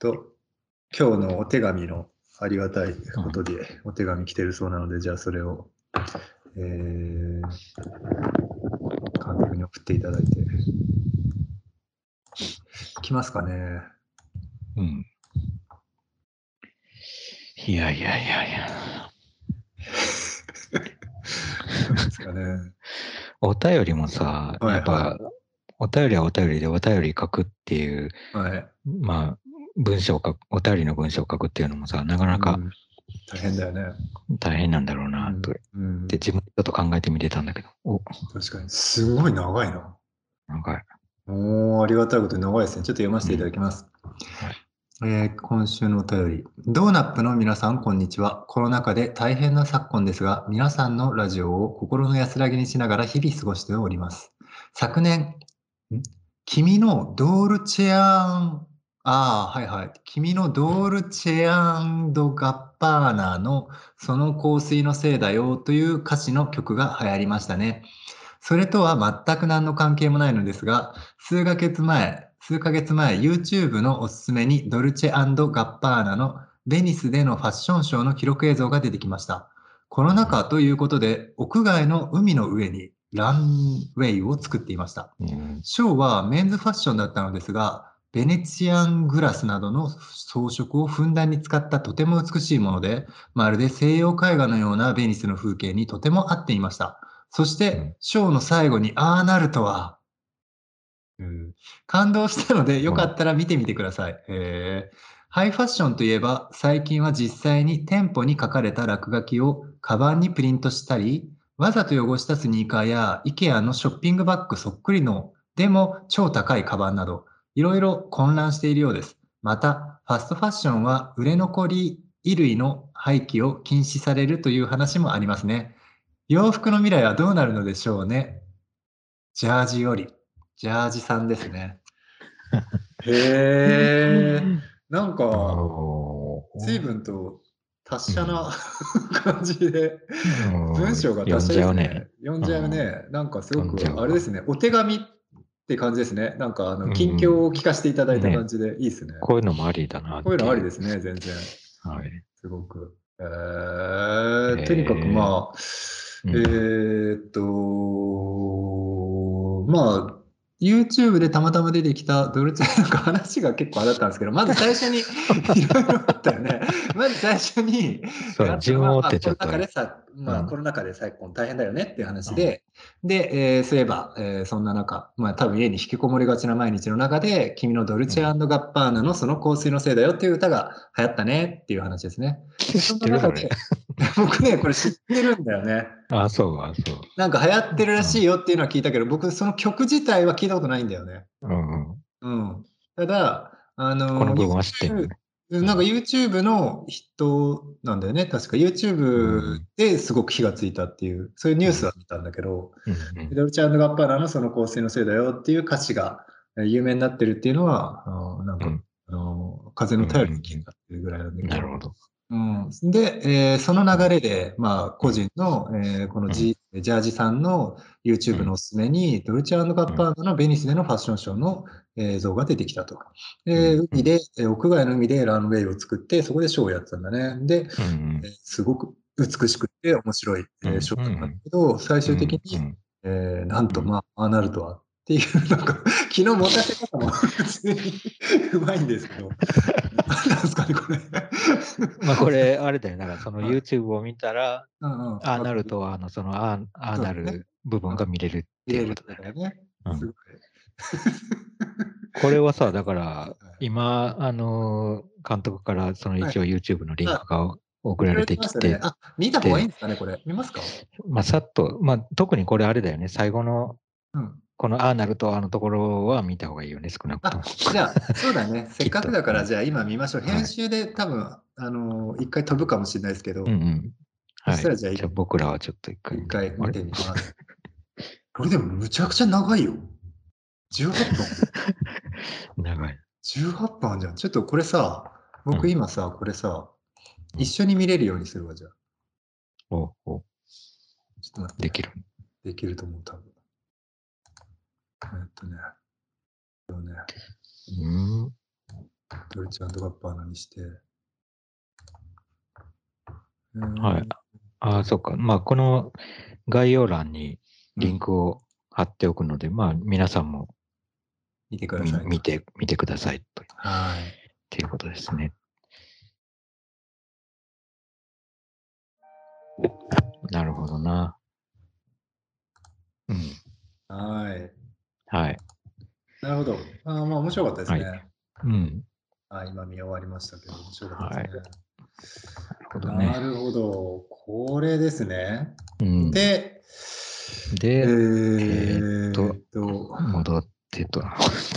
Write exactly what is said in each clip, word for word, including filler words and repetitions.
と、今日のお手紙のありがたいことで、お手紙来てるそうなので、じゃあそれを、えー、監督に送っていただいて。来ますかね。 うん。いやいやいやいや。 なんですかね。 お便りもさ、 はいやっぱ、 はお便りはお便りでお便り書くっていう、 はい。 まあ、文章を書く、お便りの文章を書くっていうのもさ、なかなかうん、大変だよね。 大変なんだろうな、と。 うんうん、 で、自分でちょっと考えてみてたんだけど、お、 確かに。すごい長いな。 長い。 おー、ありがたいことに長いですね。ちょっと読ませていただきます。 はい。 えー今週のお便り。ドーナップの皆さん、こんにちは。コロナ禍で大変な昨今ですが、皆さんのラジオを心の安らぎにしながら日々過ごしております。昨年、ん君のドールチェアン、ああ、はいはい。君のドールチェアンドガッパーナのその香水のせいだよという歌詞の曲が流行りましたね。それとは全く何の関係もないのですが、数ヶ月前、数ヶ月前、YouTube のおすすめにドルチェガッパーナのベニスでのファッションショーの記録映像が出てきました。コロナ禍ということで、屋外の海の上にランウェイを作っていました。 うん。 ショーはメンズファッションだったのですが、ベネチアングラスなどの装飾をふんだんに使ったとても美しいもので、まるで西洋絵画のようなベニスの風景にとても合っていました。そしうて、 んショーの最後にああなるとは、うん、感動したので、よかったら見てみてください。えーハイファッションといえば、最近は実際に店舗に書かれた落書きをカバンにプリントしたり、わざと汚したスニーカーや IKEA のショッピングバッグそっくりの、でも超高いカバンなど、いろいろ混乱しているようです。また、ファストファッションは売れ残り衣類の廃棄を禁止されるという話もありますね。洋服の未来はどうなるのでしょうね。ジャージより。ジャージさんですね。へえ、なんか、随お分と達者なうん。 感じで、文うん。 章が読ん達者じゃうね。 ですね。読んうん。 じゃうね。なんかすご読んじゃく、 うわ。 あれですね、お手紙って感じですね。なんか、あの、 う近況をん。 聞かせていただいた感ね。 じでいいですね。 こういうのもありだなっこういうのありていう。 ですね、全然。 はい。 すごく。えー、とにかくえまあ、 ー、うえん。 ーっと、まあ、YouTube でたまたま出てきたドルチェ、なんか話が結構あれだったんですけど、まず最初にいろいろあったよね。まず最初にそう、 あったのは、 順を追っまあコロナてちょっと、 禍でさ、まあコうん。 ロナ禍で昨今大変だよねっていううん。 話で、で、えーそういえば、えーそんな中、まあ多分家に引きこもりがちな毎日の中で、君のドルチェうん。 ガッパーナのその香水のせいだよっていう歌が流行ったねっていう話ですね。で、そ知ってるそれ。 の中で、僕ね、これ知ってるんだよね。 あ、そう、あ、そう。 なんか流行ってるらうん。 しいよっていうのは聞いたけど、僕その曲自体は聞いたことないんだよね。 うん。うん。 うん。ただ、あの、 この部分は知ってんの YouTube、 ね。 なんかうん。 YouTube の人なんだよね。確かう YouTube ん。 ですごく火がついたっていう、そういうニュースはうん。 見たんだけど、 うん。 ドルチェガッパーナのその香水のせいだよっていう歌詞がえー有名になってるっていうのは、あーなんか、 うん。 あの、風うん。 の便りに気にうなってるぐらいなんだけん。なるど、 ほど。 うん、で、えーそのうん。 流れで、まあ、個うん。 人の、えーこのうん。 ジ、ジャージさんのう YouTube のん。 おすすめに、ドルチェガッうん。 パーナのベニスでのファッションショーの映像が出てきたと。で、 うん。うん。 海で、えー屋外の海でランウェイを作って、そこでショーをやってたんだね。で、 うん。 えーすごく美しくて面白い、えーショーだったんだけど、最うん。 終的に、 うん。 えーなんと、 うん。 まあ、ああなるとはっていう、なんか、気の持たせ方も普通にうまいんですけど、何なんですかね、これ。 まあこれ、あれだよ。だからそのはい。 YouTube を見たら、 うんうん。 ああわかる。 なるとは、あの、その、ああ、ああそうだね。 なる部分うん。 が見れるっていう入れるってことだよね。 ことだよね。 うん。 すごい。 これはさ、だから、 はい。 今、あの、監督からそのはい。 一応 YouTube のリンあ、 クが送られ送られててきてますよね。あ、見た方がいいんて、 ですかね、これ。見ますか？ まあ、さっと、まあ、特にこれあれだよね。最後の、 うん。 このああなるとあのところは見た方がいいよね、少なくとも。 あ、じゃあ、そうだね。せっきっと。 かくだから、 うん。 じゃあ今見ましょう。編はい。 集で多分、あのー一回飛ぶかもしれないですけど、 うんうん。はい。 そしたらじゃあじゃあ僕らはちょっと一回一見てみあれ回見てみます。これでもむちゃくちゃ長いよ。じゅうはっぷん。 長い。 じゅうはっぷんあんじゃん。ちょっとこれさ、 うん。 僕今さ、これさ、 うん。 一緒に見れるようにするわ、じゃあ。 おお、 ちょっと待ってね。 できる。 できると思う、多分。えっとね、これをね、 うん。 ドルチェ&ガッパーナにして。 はい。ああ、そうか。まあ、この概要欄にリンクを貼っておくので、うん、まあ、皆さんも見てください。 見て、見てくださいと。 はい。 っていうことですね。なるほどな。うん。 はい。 はい。 なるほど。ああ、まあ面白かったですね。 はい、うん。 あ、今見終わりましたけど、面白かったですね。 はい、なるほどね。 なるほど。これですね。 うん、 で、 で、 えー、 ー、 っと、 と戻ってと。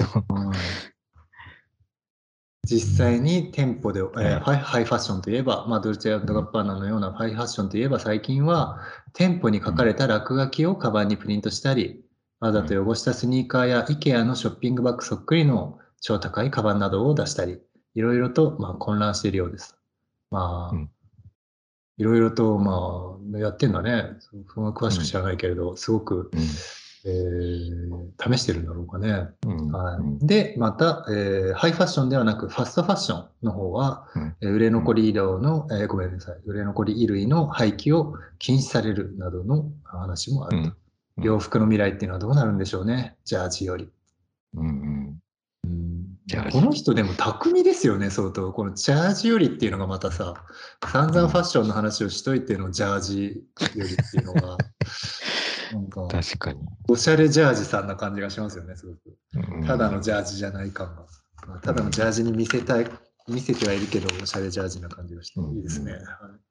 実際に店舗で、えーはい、 ハイファッションといえば、まあ、ドルチェ&ガッパーナのようなハイファッションといえば、最近は店舗に書かれた落書きをカバンにプリントしたり、わざと汚したスニーカーや IKEA のショッピングバッグそっくりの超高いカバンなどを出したり、いろいろとまあ混乱しているようです。まあ、 うん、 いろいろとまあやってんだね。そんな詳しく知らないけれど、すごく、 うん、 えー試してるんだろうかね。 うん、 はい、で、また、えーハイファッションではなく、ファストファッションの方は、 うん、 えー売れ残り量の、えーごめんなさい、売れ残り衣類の廃棄を禁止されるなどの話もあると。 うん、 洋服の未来っていうのはどうなるんでしょうね、ジャージより。 うん、ジャージ。 この人でも巧みですよね、相当。このジャージよりっていうのがまたさ、散々ファッションの話をしといてのジャージよりっていうのが、なんか、 確かに。 おしゃれジャージさんな感じがしますよね、すごく。 うん、 ただのジャージじゃない感が。ただのジャージに見せたい、見せてはいるけど、おしゃれジャージな感じがして、いいですね。 うん、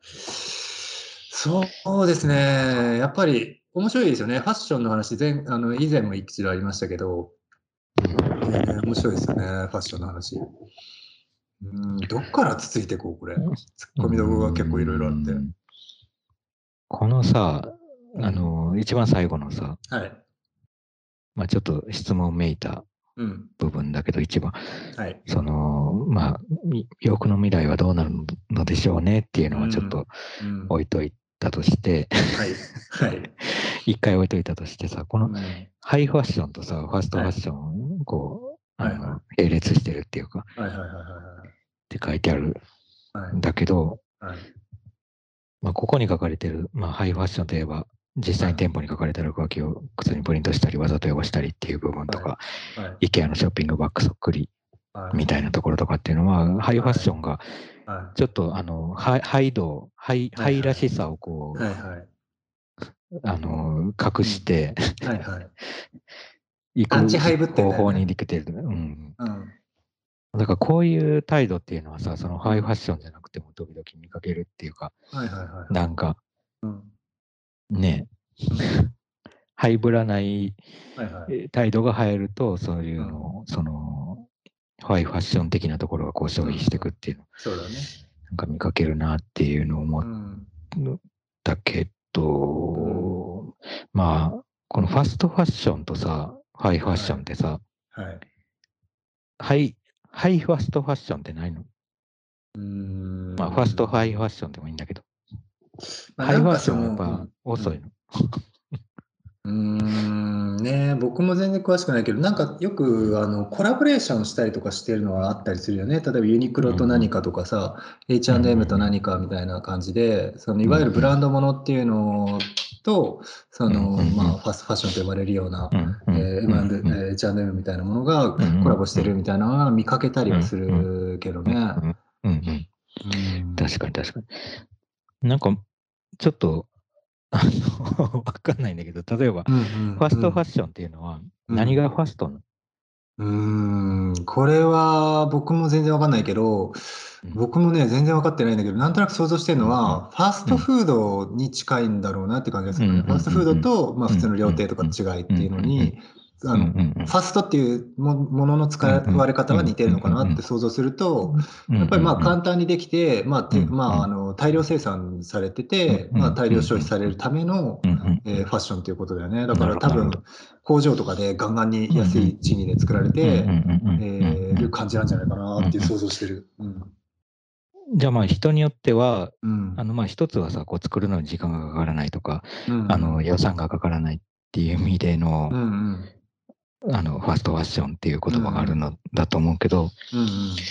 そうですね。やっぱり面白いですよね。ファッションの話、前あの以前も一度ありましたけど、えー面白いですよね、ファッションの話。うん、どっからつついてこう、これ。ツッコミどころが結構いろいろあって。 このさ、 うん、 あの、一番最後のさ、 はい。 まあちょっと質問めいた部分だけど、一番、 はい。 その、まあ、洋服の未来はどうなるのでしょうねっていうのはちょっと置いといたとして、 はい。はい。 一回置いといたとしてさ、このうんハイファッションとさ、ファストはい。 ファッションをこう、あはいはい。 の、並列してるっていうか、 はいはいはいはいって書いてあるはい。 んだけど、 はい。 まあ、ここに書かれてる、まあ、ハイファッションといえば、実際に店舗に書かれた落書きを靴にプリントしたり、わざと汚したりっていう部分とか、 はい。 IKEA のショッピングバッグそっくりはい。 みたいなところとかっていうのは、ハイファッションがはちょっとあのハイハイ度、ハイい。 ハイらしさをこはいはい。 う、あの隠してはいはい。 いアンチくハイブってん方法だよね。 にできてる。うん。 うん。 だからこういう態度っていうのはさ、そのハイファッションじゃなくても時々見かけるっていうか、 はいはいはいはい。 なんかうん。 ね、 うん。 ハイブらないはいはい。 え態度が入ると、そういううん。 のを、その、ハイファッション的なところがこう消費していくっていうの、 そうだね。 なんか見かけるなっていうのを思っうん。 たけうん。 ど、まあ、このファストファッションとさ、ハイファッションってさ、 はい。 ハイ、ハイファストファッションってないの？ うーん。 まあ、ファストハイファッションでもいいんだけど、 まあ、 ハイなんファッションはやっかその、うぱん。 遅いの。 うーんね、僕も全然詳しくないけど、なんかよくあのコラボレーションしたりとかしてるのはあったりするよね。例えばユニクロと何かとかさ、エイチアンドエム と何かみたいな感じで、そのいわゆるブランドものっていうのと、そのまあファストファッションと呼ばれるような、えー、エムアンド、えー、エイチアンドエム みたいなものがコラボしてるみたいなのは見かけたりはするけどね。 うんうん。 確かに確かに。なんか、ちょっと、あの、わかんないんだけど、例えば、 うんファストファッションっていうのは、 うん何がファストなの？ うーん、これは僕も全然わかんないけど、 うん僕もね、全然わかってないんだけど、なんとなく想像してるのうんは、ファスうんトフードに近いんだろうなって感じがすうんるのね。ファストフードと、まあ普通の料亭とかうん違いっていうのに、あうんうの、 んうんファストっていうもものの使われ方は似てるのかなって想像すると、やっぱりまあ簡単にできて、まあて、まああの大量生産されてて、まあ大量消費されるための、えーファッションということだよね。だから多分工場とかでガンガンに安い賃金で作られて、えーる感じなんじゃないかなっていう想像してる。うん、 じゃあまあ人によっては、 うんあのまあ一つはさ、こう作るのに時間がかからないとか、 うんあの予算がかからないっていう意味での、 うんうんあのファストファッションっていう言葉があるうんのだと思うけど、 うん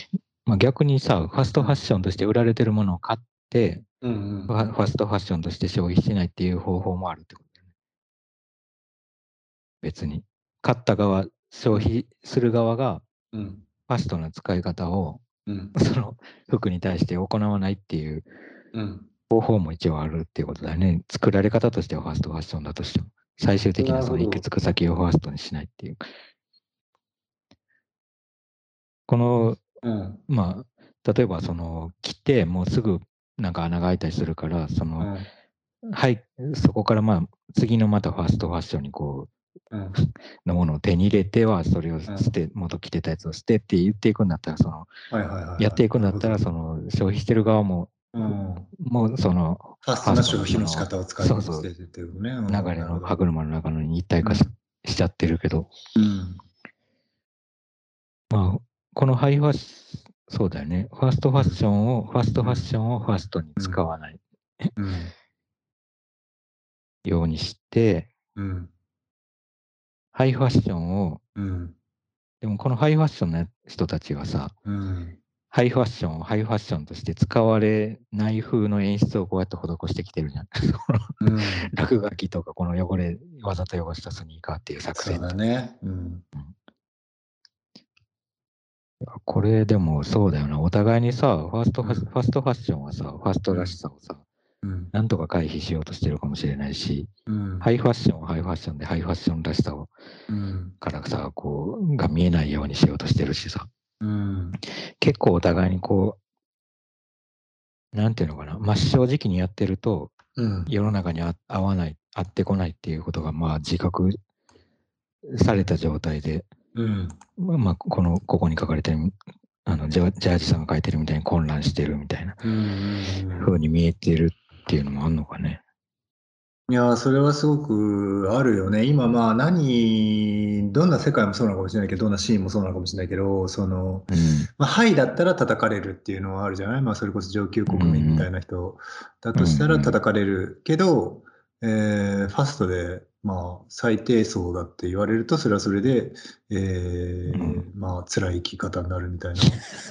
まあ、逆にさ、ファストファッションとして売られてるものを買って、 うんうんファファストファッションとして消費しないっていう方法もあるってことだよね。別に。買った側、消費する側がうんファストな使い方をうんその服に対して行わないっていううん方法も一応あるっていうことだよね。作られ方としてはファストファッションだとしても、最終的なその行きなるほど。 着く先をファーストにしないっていう。この、 うん。 まあ、例えばその着てもうすぐなんか穴が開いたりするから、その、 うん。 はい、そこからまあ次のまたファストファッションにこうん。 う、のものを手に入れては、それをうん。 捨て、元着てたやつを捨てって言っていくんだったら、その、 はいはいはいやっていはい。 くんだったら、 なるほど。 その消費してる側も、 うん。 もうその、 ファストなファースト消費の仕のその、 方を使いそうそう、 こなしてるっていうね。 流うん。 れの歯なるほど。 車の中のに一体化し、 うん。 しちゃってるけど、 うん。 まあ、このハイファッション、そうだよね。ファーストファッうん。 ションを、ファーストファッうん。 ションをファーストにうん。 使わないうん。 ようにして、 うん。 ハイファッションを、 うん。 でもこのハイファッションの人たちはさ、 うん。 ハイファッションをハイファッションとして使われない風の演出をこうやって施してきてるじゃん。 うん。 落書きとかこの汚れ、わざと汚したスニーカーっていう作そうだ戦って。 ね。うん。 これでもそうだよな。お互いにさ、ファーストファ、フうん。 ァストファッションはさ、ファーストらしうん。 さをさ、 うん。 なんとか回避しようとしてるかもしれないし、 うん。 ハイファッションはハイファッションでハイファッションらしさをうん。 からさ、こう、が見えないようにしようとしてるしさ、 うん。 結構お互いにこう、なんていうのかな、真っ正直にやってると、 うん。 世の中にあ合わない、合ってこないっていうことが、まあ、自覚された状態で、 うん。 まあ、まあこの、ここに書かれてる、あのジャ、ジャージさんが書いてるみたいに混乱してるみたいなうん。うん。 風に見えてるっていうのもあんのかね。 いやー、それはすごくあるよね。今、まあ、何、どんな世界もそうなのかもしれないけど、どんなシーンもそうなのかもしれないけど、その、 うん。 まあ、はいだったら叩かれるっていうのはあるじゃない。まあ、それこそ上級うん国民みたいうん。 な人だうんうとしたらん。 叩かれるけど、えーファストで、まあ、最低層だって言われると、それはそれで、えうん。 ーまあ、辛い生き方になるみたいな。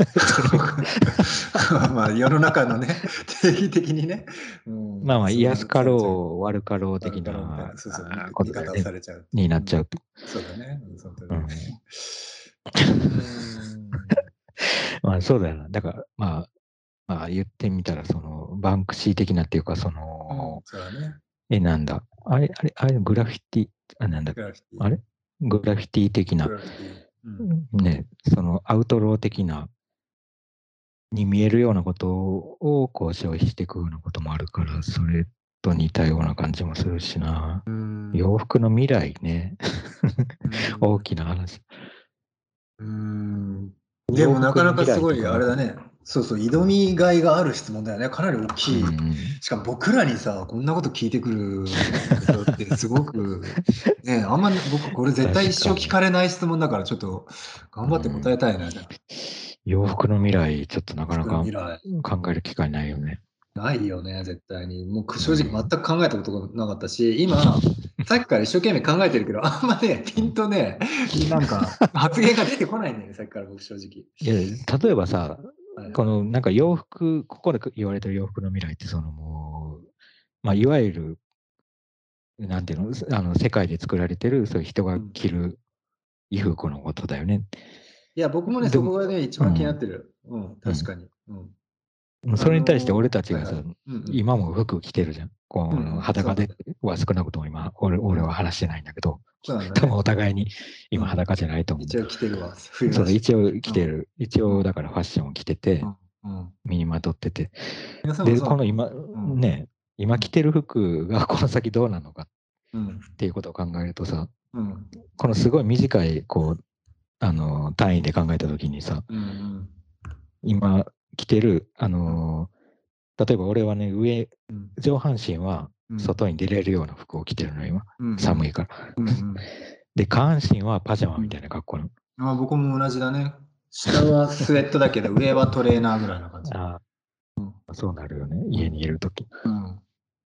まあ、世の中のね、定義的にね、うまあまん、 あ、 そうな、 安かされちゃう。 ろう、悪かろうある的かろうみたいな、 なそうそう、見、 あこ見方をとだよね。 されちゃうっていう。 になうん。 っちゃうと。 そうだね。うん、その通りだね。 うん。 うーん。 まあそうだよな。だから、まあ、まあ言ってみたら、その、バンクシー的なっていうか、そうん、 の、 そうだね。 え、なんだ。あれ、あれ、あれ、グラフィティ、あ、なんだっけ。 グラフィティ。 あれグラフィティ的グな、 ラフィティ。うん。 ね、そのアウトロー的な、に見えるようなことを、こう消費していくようなこともあるから、それと似たような感じもするしな。 うーん。 洋服の未来ね。 うーん。 大きな話。 うーん。でもなか洋服になかすごい未来とか、なんか、 あれだね。そうそう、挑みがいがある質問だよね。かなり大うきい。 ん。 しかも僕らにさ、こんなこと聞いてくる人ってすごく、ね、あんま僕これ絶対一生確かに。 聞かれない質問だからちょっと頑張って答うん。 えたいな、じゃあ。 洋服の未来、ちょっとなかな服のか未来。 考える機会ないよね。 ないよね、絶対に。もう正直全うん。 く考えたことがなかったし、今、さっきから一生懸命考えてるけど、あんまね、ピンとね、なんか発言が出てこないんだよね、さっきから僕正直。 いや、例えばさ、 はいはい。 このなんか洋服、ここで言われてる洋服の未来って、そのもう、まあ、いわゆる、なんていうの、あの世界で作られてる、そういう人がうん。 着る衣服のことだよね。 いや、僕もね、 でも、 そこがね、一番気になっうん、 てる。うん、 うん。 確かに。うん。あそれに対して俺のたちがさ、 ーはいはい。うんうん。 今も服着てるじゃん。このうんうん、そう裸でなんだよ。 は少なくとも今、俺俺はうん。 話してないんだけど、 そうなんだ多分ね。 お互いに今うん。 裸じゃないと思一応着てるわ。冬う。そだし。 の一応着うん。 てる。一うん。 応だからファッションを着てて、 うん。うん。 身にまとってて。 皆さんもで、 そうなの。 この今、 うん。 ね、今うん。 着てる服がこの先どうなのかっうん。 ていうことを考えるとさ、 うん。 このすごい短い、こう、あの、単位で考えたときにさ、 うん。うん。 今着てる、あうん。 の、例えば俺はね、上、 うん。 上半身はうん。 外に出れるような服を着てるの、今。 うん。 寒いから。 うん。うん。 で、下半身はパジャマうん。 みたいな格好なの。 あ、僕も同じだね。下はスウェットだけど、上はトレーナーぐらいな感じ。 あうん。 あ、そうなるよね。家うん。 にいるとき。 うん。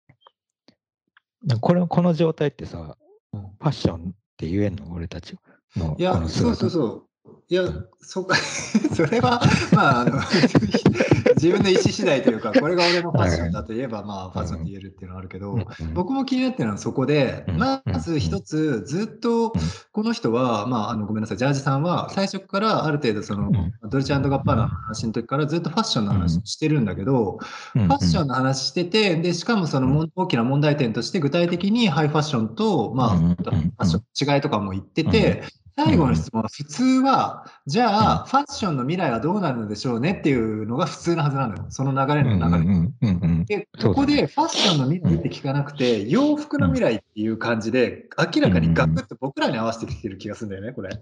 これ、この状態ってさ、 うん。 ファッションって言えんの俺たちのこいや、そうそうの姿。 そいや、 うん。 そそれは、まあ、あの、自分の意思次第というか、これが俺のファッションはい。 だと言えば、まあ、フうん。 ァッションって言えるっていうのはあるけうんど、 うん。 僕も気になってるのはそこで、 うん。 まうん。 ず一うん。 つずっとうん。 この人は、まあ、あの、ごめんなさい、ジャージさんは最初からある程度その、 うん。 ドルチェガッパーナの話の時からずっとファッションのうん。 話してるんだけど、 うん。 ファッションの話してて、で、しかもそのうん。 もん大きな問題点として具体的にハイファッションと、まあ、フうん。 ァうん。うん。 ッションの違いとかも言ってうん。 て、最後の質問は普通は、じうん。 ゃあ、ファッションの未来はどうなるのでしょうねっていうのが普通のはずなのよ。その流れうん。 の中で。 うん。うん。うん。 で、ここそうだね。 でファッションの未来ってうん。 聞かなくて、洋服うん。 の未来っていう感じで、明うん。うらかにガクん。 ッと僕らに合わせてきてる気がするんだよね、これ。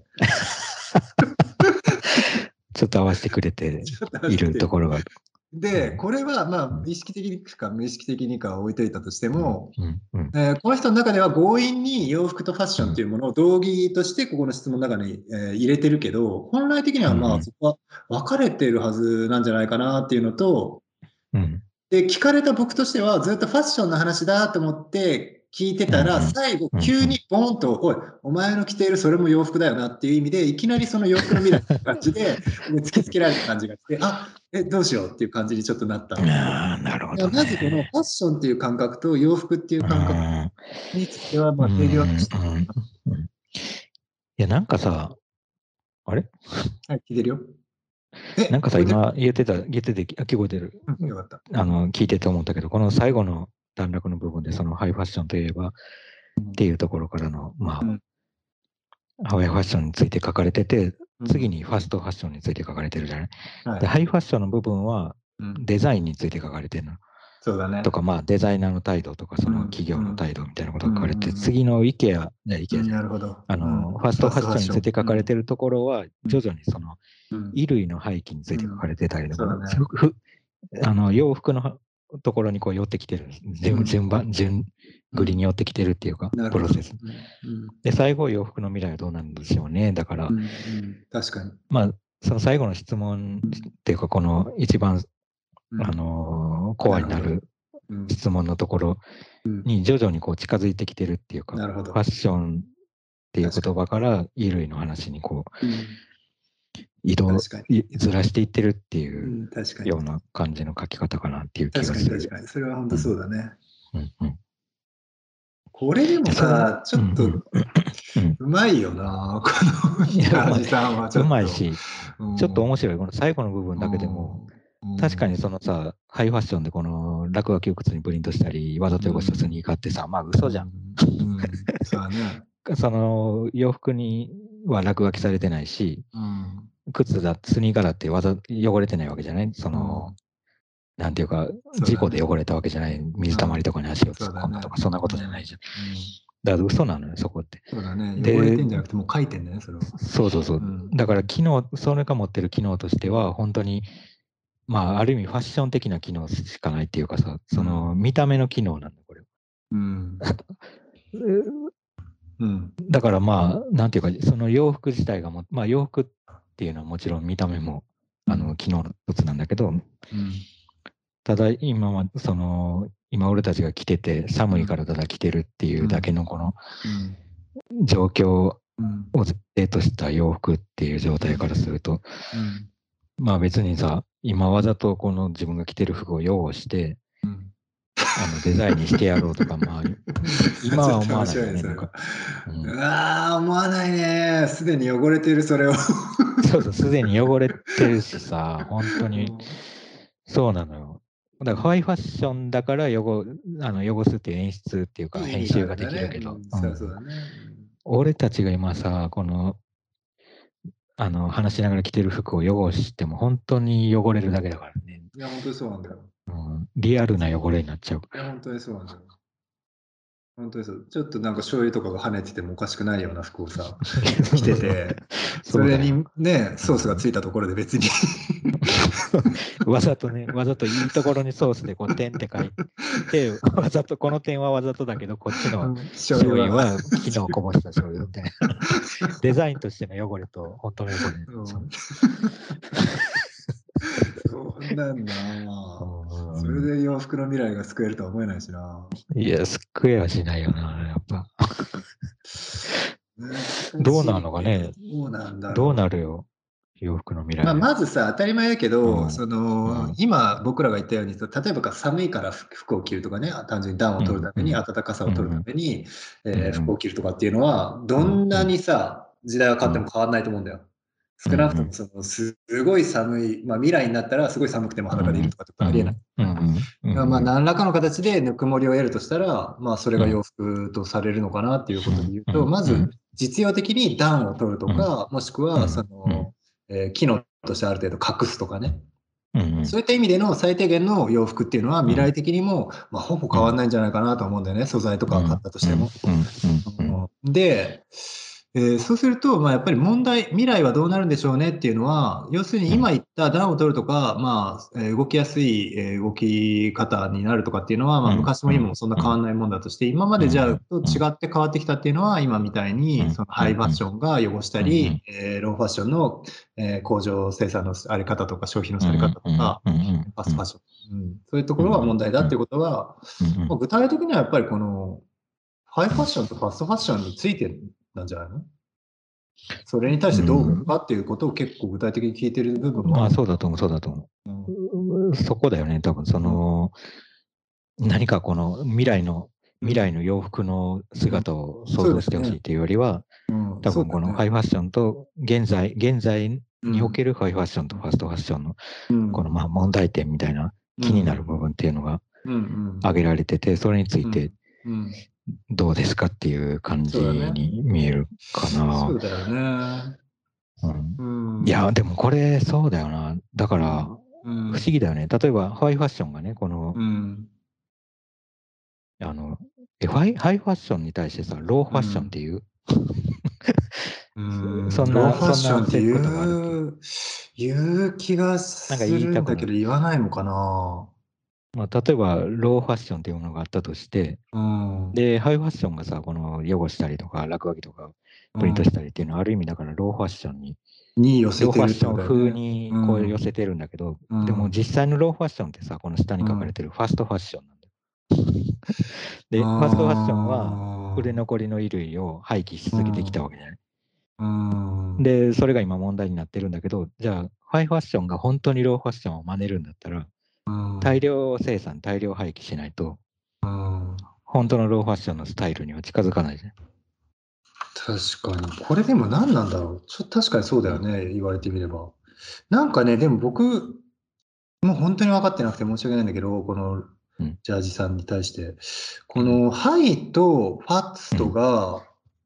ちょっと合わせてくれてちょっと合わいせてきてる。 るところがある。うで、 ん。 これはまあ、 うん。 意識的にか無意識的にかは置いといたとしてうん。 も、 うん。うん。 えーこの人の中では強引に洋服とファッシうん。 ョンっていうものを同義としてここの質問の中に、えー入れてるけど、本来的にはまあうん。 そこは分かれてるはずなんじゃないかなっていうのと、 うん。 で、聞かれた僕としてはずっとファッションの話だと思って聞いてうん。 たら、最後うん。 急にうん。 ボーンと、おい、お前の着ているそれも洋服だよなっていう意味で、いきなりその洋服の未来って感じで、僕突きつけられた感じがして、あ、え、どうしようっていう感じにちょっとなったんだよね。 ああ、なるほどだからまずこのね。 ファッションっていう感覚と洋服っていう感覚あについては、 ーうまあ、定義分けん。 していうん。うん。いや、なんかさ、あれはい、聞いてるよ。え、 なんかさ、 聞こえてる？ 今言ってた、言ってて、あ、聞こえてる。 うん、よかった。 あの、聞いてて思ったけど、この最後の段落の部分で、そのハイファッションといえばっていうところからの、まうん、 あ、ハイファッションについて書かれてて、 うん、 次にファストファッションについて書かれてるじゃない。で、 はい。 ハイファッションの部分はうん、 デザインについて書かれてるの。 そうだね。 とか、まあ、デザイナーの態度とか、そうん、 の企業のうん、 態度みたいなことうん、 が書かれて、 うん、 次のイケア、いや、イケうん、 アじゃない。 なるほど。 あうん。 の、ファストファッファストファッション。 ションについて書うん、 かれてるところは、 うん、 徐々にそのうん、 衣類の廃棄について書うん。 かれてたりとか、 そうだね。 ふふあの洋服のところにこう寄ってきてる、順うん、 順番、順うん。 繰りに寄ってきてるっていうか、 なるほど。 プロセス。 うん、うん、 で、最後、洋服の未来はどうなるんでしょうね。だから、 うん、うん。確かに。 まあ、その最後の質問っていうか、この一番、あうん、 のーコなるほど。 アになるうん、 質問のところうん。 に徐々にこう近づいてきてるっていうか、 なるほど。 ファッションっていう確かに。 言葉から衣類の話にこううん、 移動、 確かに。 いずらしていってるっていううん、確かに。 ような感じの書き方かなっていう気確かに、 がする。 確かに。それは本当うん。 そうだね。 うんうん。 これでもでそれ、 さ、ちょっとうんうん。うん。 うまいよな、このいや、うまい、 ジャージさんはちうょっと。 まいし、 うちょっと面ん、 白い。この最後の部分うだけでも、 ん、うん、 確かにそのさ、ハイファッションでこの落書きを靴にプリントしたり、わざと汚したスニーカーってさ、まあ嘘じゃん。 うん、うん、そうだね。 その洋服には落書きされてないし、 うん、 靴だ、スニーカーだってわざ汚れてないわけじゃない。その、 うん、 なんていうか、 そうだね。 事故で汚れたわけじゃない。水たまりうん、 とかに足を突っそうだね。 込んだとか、そんなこうん、 とじゃないじゃん。 うん。 だから嘘なのよ、そこって。 そうだね。汚れで、 てんじゃなくて、もう書いてんだね、それは。 そうそうそう。 うん、 だから機能、それが持ってる機能としては、本当に、まあ、ある意味ファッション的な機能しかないっていうかさ、そのうん、 見た目の機能なんだ、これ。 うん、うん、 だからまあ、なんていうか、その洋服自体がも、まあ洋服っていうのはもちろん見た目も、あの、 うん、 機能の一つなんだけど、 うん、 ただ今は、その、今俺たちが着てて寒いからただ着てるっていうだけのこのうん、 状況をうん、 前提とした洋服っていう状態からすると、 うん、 まあ別にさ、今わざとこの自分が着てる服を用意して、 うん。 あのデザインにしてやろうとか、まあ、今ちょっと面は思わないよね、 白いね、それは。 なんか。うん、 うわあ、思わないね。すでに汚れている、それを。 そうそう、すでに汚れてるしさ、本当に、 うん、 そうなのよ。だからハイファッションだから汚あの汚すっていう演出っていうか意味があ編集がでるんだね。 きるけど、 うん、 うん、 そうそうだね。うん俺たちが今さ、この、あの話しながら着てる服を汚しても本当に汚れるだけだからね。 いや、本当にそうなんだよ。 うん、リアルな汚れになっちゃう。 いや、本当にそうなんだよ。本当にそう。ちょっとなんか醤油とかが跳ねててもおかしくないような服をさ、着てて、それそうだよ。 にね、 うん、 ソースがついたところで別にわざとね、わざといいところにソースでこう点って書いて、わざとこの点はわざとだけど、こっちのうん、醤油は醤油は昨日こぼした醤油みたいな。デザインとしての汚れと本当の汚れ。そう。 うん、そんなんなうあ。それん、 で洋服の未来が救えるとは思えないしな。 いや、スクエアしないよな、やっぱ。 どうなのかね。 どうなんだろう。 どうなるよ、洋服の未来。 まあ、まずさ、当たり前だけど、 うんその、 うん今僕らが言ったように、例えばか寒いから服服を着るとかね、単純に暖を取るために、 うん暖かさを取るために、えーうん服を着るとかっていうのは、どんなにさ、時代が変わっても変わらないと思うんだよ。少なくともそのすごい寒い、まあ、未来になったらすごい寒くても裸でいるとかってことはありえない。だからまあ何らかの形でぬくもりを得るとしたら、まあ、それが洋服とされるのかなっていうことで言うと、まず実用的に暖を取るとか、もしくはその、えー機能としてある程度隠すとかね。そういった意味での最低限の洋服っていうのは未来的にも、まあ、ほぼ変わらないんじゃないかなと思うんだよね、素材とか買ったとしても。で、えーそうすると、まあ、やっぱり問題、未来はどうなるんでしょうねっていうのは、要するに今言った暖を取るとか、まあ、えー動きやすい、えー動き方になるとかっていうのは、まあ、昔も今もそんな変わらないもんだとして、今までじゃあと違って変わってきたっていうのは、今みたいにそのハイファッションが汚したり、えーローファッションの、えー工場生産のあり方とか消費のされ方とか、ファストファッション、うん、そういうところは問題だっていうことは、まあ具体的にはやっぱりこの、ハイファッションとファストファッションについてなんじゃないの？それに対してどう思うかっていうことを結構具体的に聞いてる部分もまあある。 そうだと思う、そうだと思う。そこだよね、多分その、何かこの未来の、未来の洋服の姿を想像してほしいというよりは、多分このハイファッションと現在、現在におけるハイファッションとファストファッションのこのまあ問題点みたいな気になる部分っていうのが挙げられてて、それについてどうですかっていう感じに見えるかな。 そうだよね。 うん、いや、でもこれそうだよな。だから、不思議だよね。例えば、ハイファッションがね、この、あの、えハイ、ハイファッションに対してさ、ローファッションっていう、 そんな、ローファッションって言う、言う気がするんだけど、言わないのかな。 まあ、例えば、ローファッションっていうものがあったとして、うん、で、ハイファッションがさ、この汚したりとか、落書きとか、プリントしたりっていうのは、ある意味だからローファッションに、 に寄せてる、 ローファッション風にこう寄せてるんだけど、うん、でも実際のローファッションってさ、この下に書かれてるファストファッションなんだよ。で、ファストファッションは、売れ残りの衣類を廃棄し続けてきたわけじゃない。うん、で、それが今問題になってるんだけど、じゃあ、ハイファッションが本当にローファッションを真似るんだったら、大量生産、大量廃棄しないと、うん、本当のローファッションのスタイルには近づかないじゃん。 確かに。これでも何なんだろう。ちょ確かにそうだよね。言われてみれば。なんかね、でも僕、もう本当に分かってなくて申し訳ないんだけど、このジャージさんに対して。このハイとファストが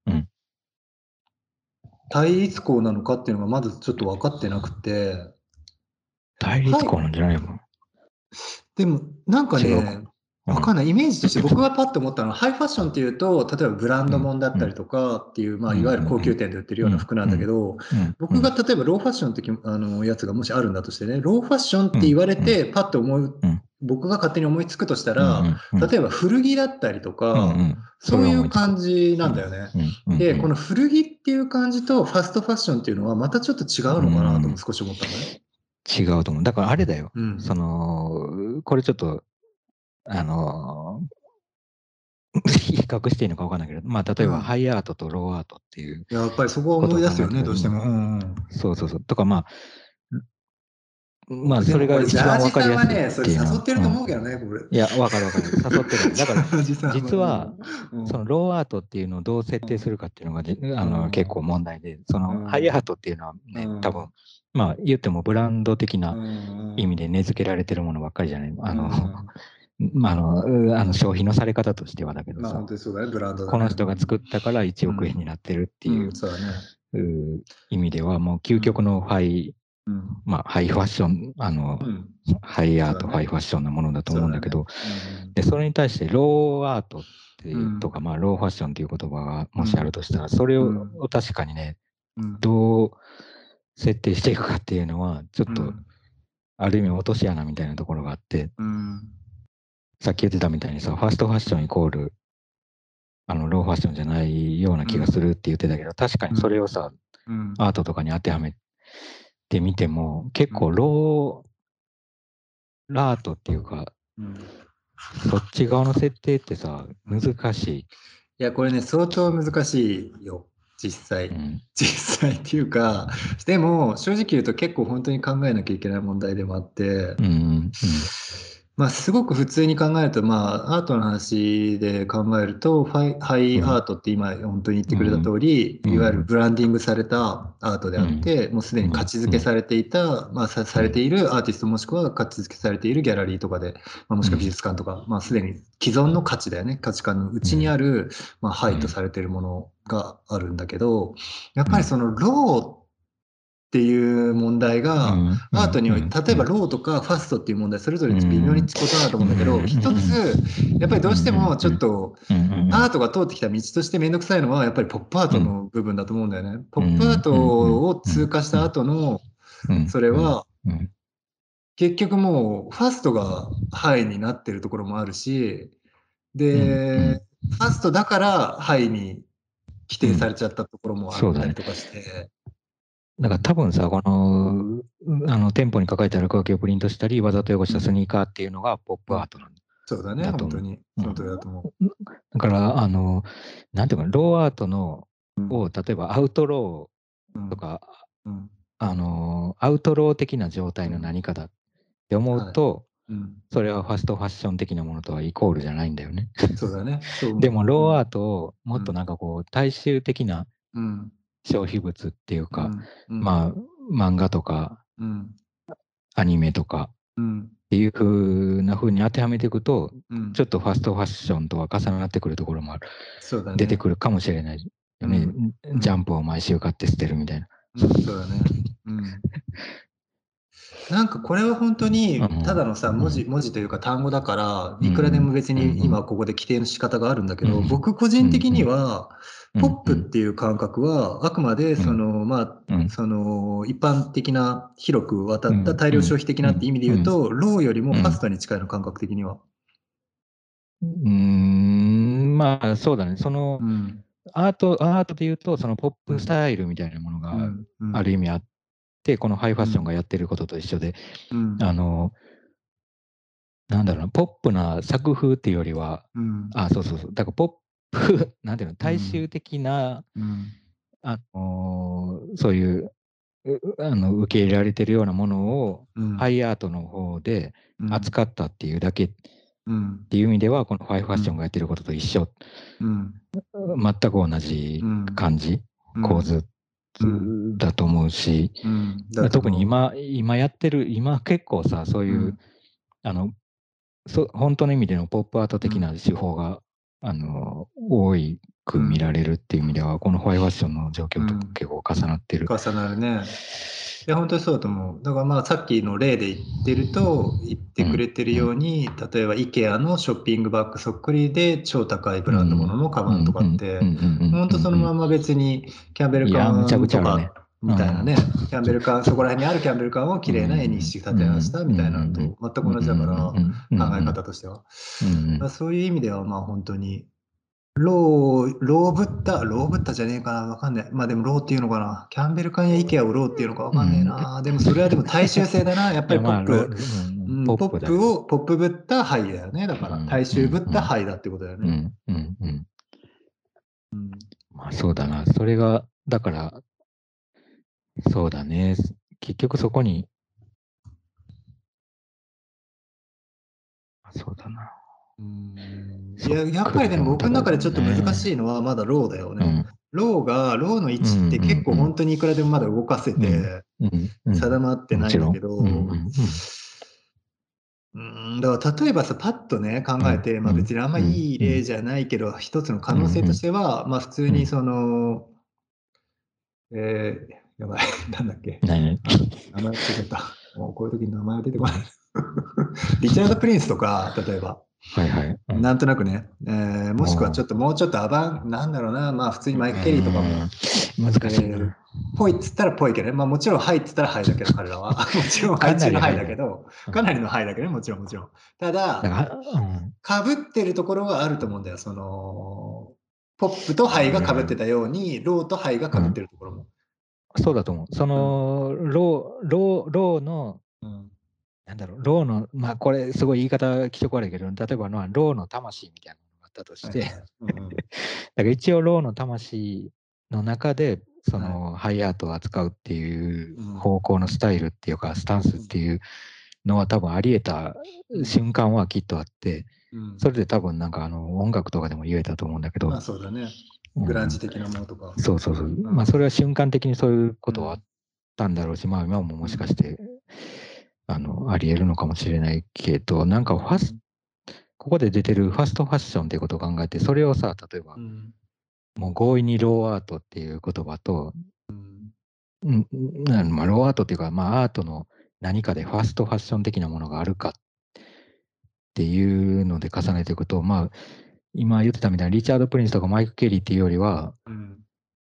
対立項なのかっていうのがまずちょっと分かってなくて。 対立項なんじゃないの？ でも、なんかね、わかんない。イメージとして僕がパッと思ったのは、ハイファッションっていうと、例えばブランドもんだったりとかっていう、まあ、いわゆる高級店で売ってるような服なんだけど、僕が例えばローファッションってあのやつがもしあるんだとしてね、ローファッションって言われて、パッと思う、僕が勝手に思いつくとしたら、例えば古着だったりとか、そういう感じなんだよね。で、この古着っていう感じとファストファッションっていうのはまたちょっと違うのかなとも少し思ったのね。 違うと思う。だからあれだよ。うん、その、これちょっと、あの、比較していいのか分かんないけど、まあ、例えば、ハイアートとローアートっていう、 うん。やっぱりそこは思い出すよね、どうしても。うんうん、 そうそうそう。とか、まあ、まあ、それが一番分かりやすいっていうのは。 誘ってると思うけどね、これ。 いや、分かる分かる。誘ってる。だから、実は、そのローアートっていうのをどう設定するかっていうのが、あの結構問題で、そのハイアートっていうのはね、多分、まあ、言ってもブランド的な意味で根付けられてるものばっかりじゃない。あの、まあ、あの、あの消費のされ方としてはだけどさ、この人が作ったからいちおくえんになってるっていう意味では、もう究極のハイ、まあ、ハイファッション、あの、ハイアート、ハイファッションなものだと思うんだけど、で、それに対してローアートっていうとか、まあ、ローファッションっていう言葉がもしあるとしたら、それを確かにね、どう設定していくかっていうのは、ちょっと、ある意味落とし穴みたいなところがあって、さっき言ってたみたいにさ、ファストファッションイコール、あの、ローファッションじゃないような気がするって言ってたけど、確かにそれをさ、アートとかに当てはめてみても、結構ローラートっていうか、そっち側の設定ってさ、難しい。いや、これね、相当難しいよ。 実際、 うん、 実際っていうか、でも正直言うと結構本当に考えなきゃいけない問題でもあって、 うん、うん、 まあ、すごく普通に考えると、まあ、アートの話で考えると、ファイ、ハイアートって今本当に言ってくれた通り、いわゆるブランディングされたアートであって、もうすでに価値付けされていた、まあ、さ、されているアーティストもしくは価値付けされているギャラリーとかで、まあ、もしくは美術館とか、まあ、すでに既存の価値だよね。価値観のうちにある、まあ、ハイとされているものがあるんだけど、やっぱりそのローっていう問題が、アートにおいて、例えばローとかファストっていう問題、それぞれ微妙に異なると思うんだけど、一つ、やっぱりどうしてもちょっと、アートが通ってきた道としてめんどくさいのは、やっぱりポップアートの部分だと思うんだよね。ポップアートを通過した後の、それは、結局もう、ファストがハイになってるところもあるし、で、ファストだからハイに規定されちゃったところもあったりとかして、 だから多分さ、この、あの、店舗に抱えた落書きをプリントしたり、わざと汚したスニーカーっていうのがポップアートなんだ。 そうだね、本当に。その通りだと思う。 だから、あの、なんていうか、ローアートの、を、例えばアウトローとか、あの、アウトロー的な状態の何かだって思うと、それはファストファッション的なものとはイコールじゃないんだよね。 そうだね。 でも、ローアートをもっとなんかこう、大衆的な消費物っていうか、まあ、漫画とか、アニメとかっていうふうなふうに当てはめていくと、ちょっとファストファッションとは重なってくるところもある。 そうだね。 出てくるかもしれないよね。ジャンプを毎週買って捨てるみたいな。 そうだね。うん。なんかこれは本当にただのさ、文字、文字というか単語だから、いくらでも別に今ここで規定の仕方があるんだけど、僕個人的には、ポップっていう感覚は、あくまでその、まあ、その一般的な広く渡った大量消費的なって意味で言うと、ローよりもファストに近いの、感覚的には。 うーん、まあそうだね。その、アート、アートで言うと、そのポップスタイルみたいなものがある意味あって、このハイファッションがやってることと一緒で、あの、なんだろうな、ポップな作風っていうよりは、あ、そうそうそう、だからポップ、なんていうの、大衆的な、あの、そういう、あの受け入れられてるようなものを、ハイアートの方で扱ったっていうだけっていう意味では、このハイファッションがやってることと一緒、全く同じ感じ、構図だと思うし、特に今、今やってる、今結構さ、そういう、あの、そ本当の意味でのポップアート的な手法が、あの、多く見られるっていう意味では、このハイファッションの状況と結構重なってる。 重なるね。いや、本当にそうだと思う。だからまあさっきの例で言ってると、言ってくれてるように、うん、例えば IKEA のショッピングバッグそっくりで超高いブランド物のカバンとかって、本当そのまま別にキャンベルカンとかみたいなね、キャンベルカン、そこら辺にあるキャンベルカンを綺麗な絵に仕立てましたみたいなのと全く同じだから、考え方としては。そういう意味ではまあ本当に、ロー、ローブッダ、ローブッダじゃねえかな、わかんない。まあでもローっていうのかな。キャンベルカンやイケアをローっていうのかわかんねえな。うん、でもそれはでも大衆性だな。やっぱりポップ。うん、ポップを、ポップぶったハイだよね。だから、大衆ぶったハイだってことだよね。 うん、うん、うん。うん、まあそうだな。それが、だから、そうだね。結局そこに、そうだな。 いや、やっぱりでも僕の中でちょっと難しいのはまだローだよね。うん、ローが、ローの位置って結構本当にいくらでもまだ動かせて、定まってないんだけど、うん、だから例えばさ、パッとね、考えて、まあ別にあんまいい例じゃないけど、一つの可能性としては、まあ普通にその、えー、やばい、なんだっけ。名前忘れちゃった。もうこういう時に名前が出てこない。リチャード・プリンスとか、例えば。 はいはい。 うん、なんとなくね、えー、もしくはちょっともうちょっとアバン、なんだろうな、まあ普通にマイク・ケリーとかも。 難しいな。 えーぽいっつったらぽいけどね。まあもちろんはいっつったらはいだけど、彼らは。もちろんはい中のはいだけど、かなりのはいだけどね、もちろんもちろん。ただ、かぶってるところはあると思うんだよ。その、ポップとハイがかぶってたように、ローとハイがかぶってるところも。 そうだと思う。その、ロー、ロー、ローの、なんだろう、ローの、まあこれすごい言い方気色悪いけど、例えばのはローの魂みたいなのがあったとして、だから一応ローの魂の中でそのハイアートを扱うっていう方向のスタイルっていうかスタンスっていうのは多分あり得た瞬間はきっとあって、それで多分なんかあの音楽とかでも言えたと思うんだけど、 まあそうだね。グランジ的なものとか。 そうそうそう。まあそれは瞬間的にそういうことはあったんだろうし、まあ今ももしかしてあのあり得るのかもしれないけど、なんかファスここで出てるファストファッションっていうことを考えて、それをさ、例えば、もう強引にローアートっていう言葉と、うんまあ、ローアートっていうか、まあ、アートの何かでファストファッション的なものがあるかっていうので重ねていくと、まあ、今言ってたみたいなリチャード・プリンスとかマイク・ケリーっていうよりは、うん、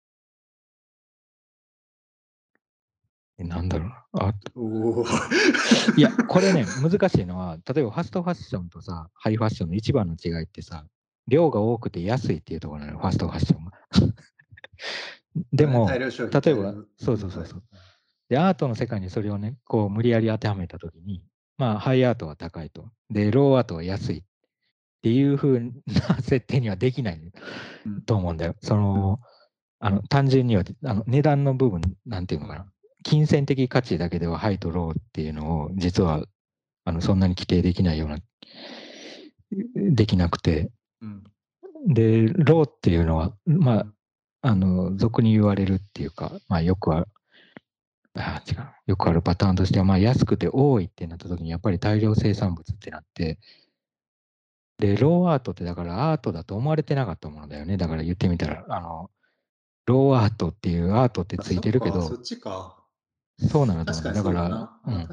なんだろうな。あいや、これね、難しいのは、例えばファストファッションとさ、ハイファッションの一番の違いってさ、量が多くて安いっていうところなの、ファストファッションが。でも、例えば、そうそうそうそう。で、アートの世界にそれをね、こう無理やり当てはめたときに、まあ、ハイアートは高いと。で、ローアートは安いっていうふうな設定にはできないと思うんだよ。その、あの、単純には、あの値段の部分、なんていうのかな。金銭的価値だけではハイとローっていうのを、実は、あの、そんなに規定できないような、できなくて。で、ローっていうのは、まあ、あの、俗に言われるっていうか、まあ、よくは、あ違うよくあるパターンとしては、まあ、安くて多いってなった時にやっぱり大量生産物ってなって、でローアートってだからアートだと思われてなかったものだよね。だから言ってみたらあのローアートっていうアートってついてるけど、 そっちか。 そうなのと思う。だから、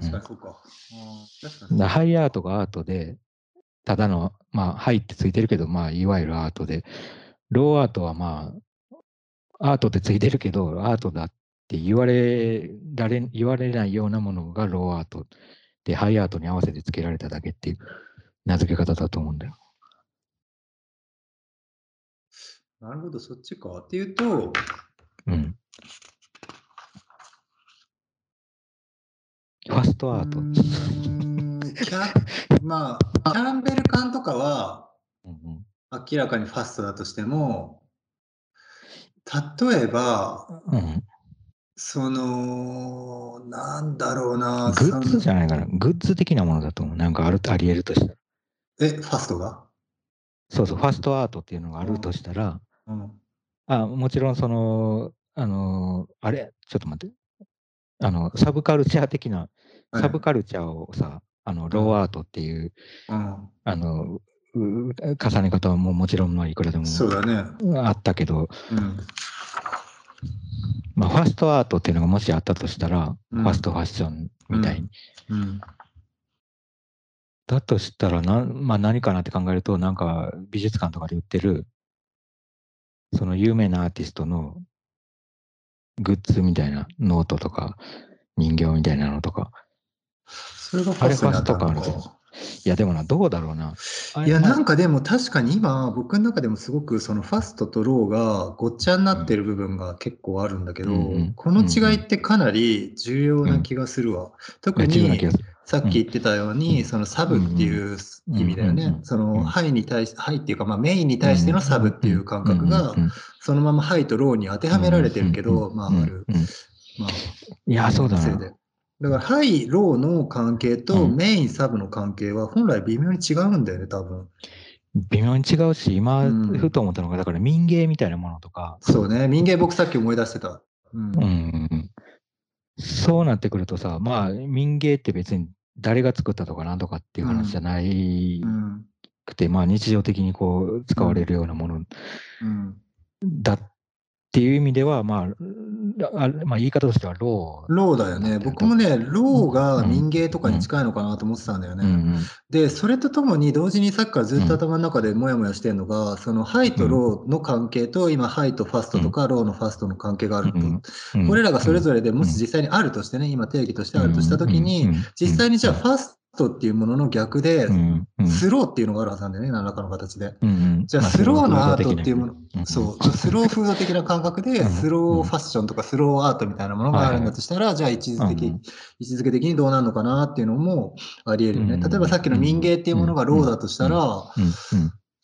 ハイアートがアートで、ただのまあハイってついてるけど、まあいわゆるアートで、ローアートはまあアートってついてるけどアートだって言われられ言われないようなものがローアートで、ハイアートに合わせてつけられただけっていう名付け方だと思うんだよ。 なるほど、そっちか。っていうと、 うん。ファストアート。 キャまあ、キャンベル缶とかは明らかにファストだとしても、例えば、うん、その、なんだろうな。 グッズじゃないかな。グッズ的なものだと思う。なんかあるあり得るとしたら。 え、ファストがそうそう、ファストアートっていうのがあるとしたら、うんうん、あもちろんその、あの、あれ、ちょっと待って。あの、サブカルチャー的な、サブカルチャーをさ、あの、ローアートっていう、うん、あの、重ね方はもうもちろんまあいくらでもあったけど、うん、まあ、ファストアートっていうのがもしあったとしたら、うん、ファストファッションみたいに。うんうん、だとしたらな、まあ、何かなって考えると、なんか美術館とかで売ってる、その有名なアーティストのグッズみたいなノートとか人形みたいなのとか。 それがファストになったのか。 いやでもな、どうだろうな。 いや、なんかでも確かに今、僕の中でもすごくそのファストとローがごっちゃになってる部分が結構あるんだけど、うん、この違いってかなり重要な気がするわ。うん、特にさっき言ってたように、そのサブっていう意味だよね。そのハイに対し、ハイっていうかまあメインに対してのサブっていう感覚が、そのままハイとローに当てはめられてるけど、まあある。 まあ、いや、そうだな。 だから、ハイ、ローの関係とメイン、サブの関係は本来微妙に違うんだよね、多分。 微妙に違うし、今、ふと思ったのが、だから民芸みたいなものとか。 そうね、民芸僕さっき思い出してた。 うん。うん、そうなってくるとさ、まあ、民芸って別に誰が作ったとかなんとかっていう話じゃないくて、うん、まあ、日常的にこう、使われるようなものだっていう意味では、まあ、あまあ、言い方としてはロー。ローだよね。僕もね、ローが民芸とかに近いのかなと思ってたんだよね。うんうん、で、それとともに同時にさっきからずっと頭の中でモヤモヤしてるのが、うん、そのハイとローの関係と、今ハイとファストとかローのファストの関係があると。うん、これらがそれぞれでもし実際にあるとしてね、今定義としてあるとしたときに、実際にじゃあファストっていうものの逆で、スローっていうのがあるはずなんだよね、何らかの形で。じゃあ、スローのアートっていうもの、そう、スローフード的な感覚で、スローファッションとかスローアートみたいなものがあるんだとしたら、じゃあ位置づけ、位置づけ的にどうなるのかなっていうのもあり得るよね。例えばさっきの民芸っていうものがローだとしたら、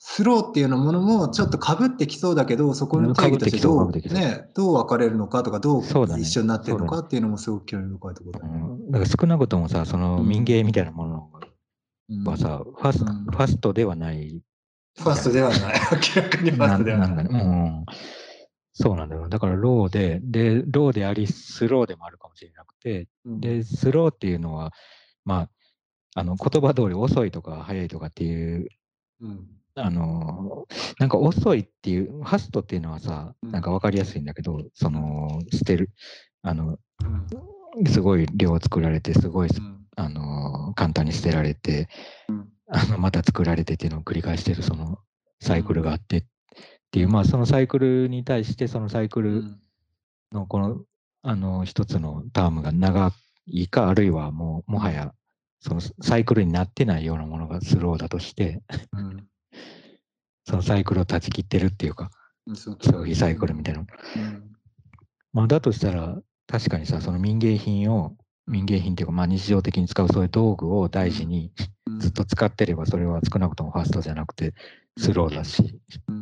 スローっていうのものもちょっと被ってきそうだけど、そこの定義としてどう、ね、どう分かれるのかとか、どう一緒になってるのかっていうのもすごく興味深いところだね。 だから少なくともさ、その民芸みたいなものはさ、ファスト、ファストではない。 ファストではない。明らかにファストではない。なんだね。 うん。そうなんだよ。だからローで、で、ローであり、スローでもあるかもしれなくて、で、スローっていうのは、まあ、あの、言葉通り遅いとか速いとかっていう、うん、あの、なんか遅いっていう、ファストっていうのはさ、なんか分かりやすいんだけど、その、捨てる、あの、うん、すごい量作られて、すごい、うん、あの、簡単に捨てられて、うん、あの、また作られてっていうのを繰り返してる、その、サイクルがあってっていう、うん、まあ、そのサイクルに対して、そのサイクルのこの、あの、一つのタームが長いか、あるいはもう、もはや、そのサイクルになってないようなものがスローだとして、うん、そのサイクルを断ち切ってるっていうか、消費サイクルみたいな。うん、まあ、だとしたら、確かにさ、その民芸品を、民芸品っていうか、まあ日常的に使うそういう道具を大事にずっと使ってれば、それは少なくともファストじゃなくて、スローだし。うん、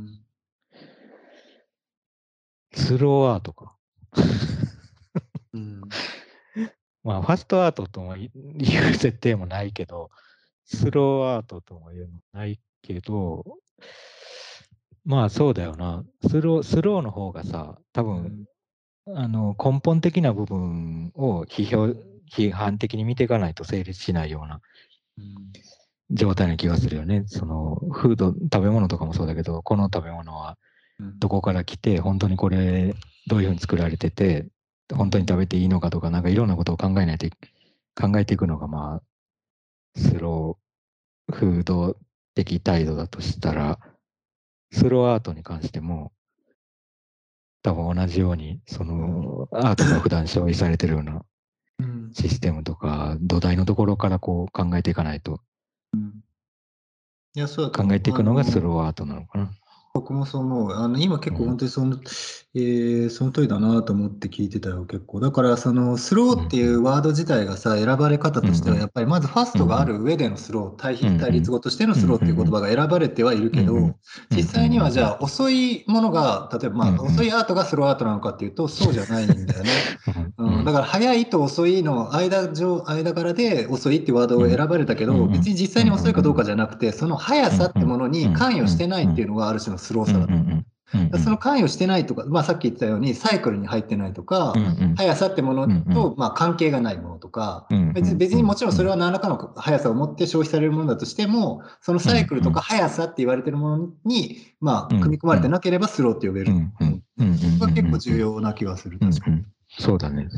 スローアートか。うん、まあ、ファストアートともいう設定もないけど、スローアートとも言うのもないけど、まあそうだよな。スロー、スローの方がさ、多分、うん、あの根本的な部分を批評、批判的に見ていかないと成立しないような状態な気がするよね。そのフード、食べ物とかもそうだけど、この食べ物はどこから来て、本当にこれどういうふうに作られてて、本当に食べていいのかとか、なんかいろんなことを考えないと、考えていくのが、まあ、スローフード的態度だとしたら、スローアートに関しても、多分同じように、そのアートが普段消費されてるようなシステムとか、土台のところからこう考えていかないと、 いや、そうだと考思う。 えていくのがスローアートなのかな。 僕もそう思う。あの、今結構本当にその、うん、えー、その通りだなと思って聞いてたよ、結構。だから、その、スローっていうワード自体がさ、選ばれ方としては、やっぱりまずファストがある上でのスロー、対比、対立語としてのスローっていう言葉が選ばれてはいるけど、実際にはじゃあ、遅いものが、例えば、まあ、遅いアートがスローアートなのかっていうと、そうじゃないんだよね。うん、だから、早いと遅いの間上、間からで遅いっていうワードを選ばれたけど、別に実際に遅いかどうかじゃなくて、その速さってものに関与してないっていうのがある種のスローさだと思う。その関与してないとか、まあ、さっき言ったようにサイクルに入ってないとか、速さってものと、まあ、関係がないものとか、別に別にもちろんそれは何らかの速さを持って消費されるものだとしても、そのサイクルとか速さって言われてるものに、まあ、組み込まれてなければスローって呼べる。そこが結構重要な気がする。確かに。 そうだね。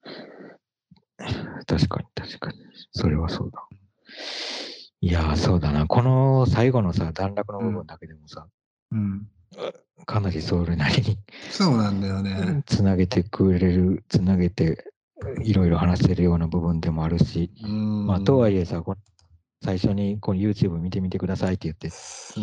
確かに確かに。それはそうだ。いやー、そうだな。この最後のさ、段落の部分だけでもさ、うん、かなりそれなりにそうなんだよね。 つなげてくれる、つなげていろいろ話せるような部分でもあるし、まあ、とはいえさ、最初にこの YouTube 見てみてくださいって言って、うん、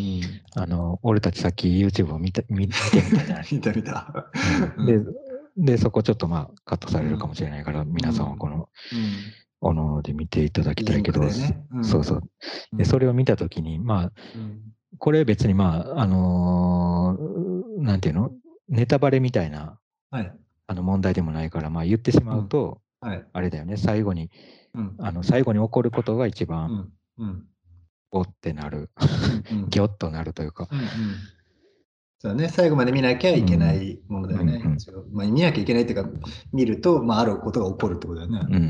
あの、俺たちさっき YouTube を見た見見てみたじゃない。 見た見た。 うん、で、で、そこちょっとまあカットされるかもしれないから、うん、皆さんはこの、おのおので見ていただきたいけど、ね、うん、そうそう。で、それを見たときに、まあ、うん、これ別にまあ、あのー、なんていうのネタバレみたいな、はい、あの問題でもないから、まあ言ってしまうと、うん、はい、あれだよね、最後に、うん、あの最後に起こることが一番、うんうん、おってなる、ギョッとなるというか、うんうん、 そうね、最後まで見なきゃいけないものだよね。うんうん、まあ、見なきゃいけないっていうか、見ると、まあ、あることが起こるってことだよね。うんうんうん、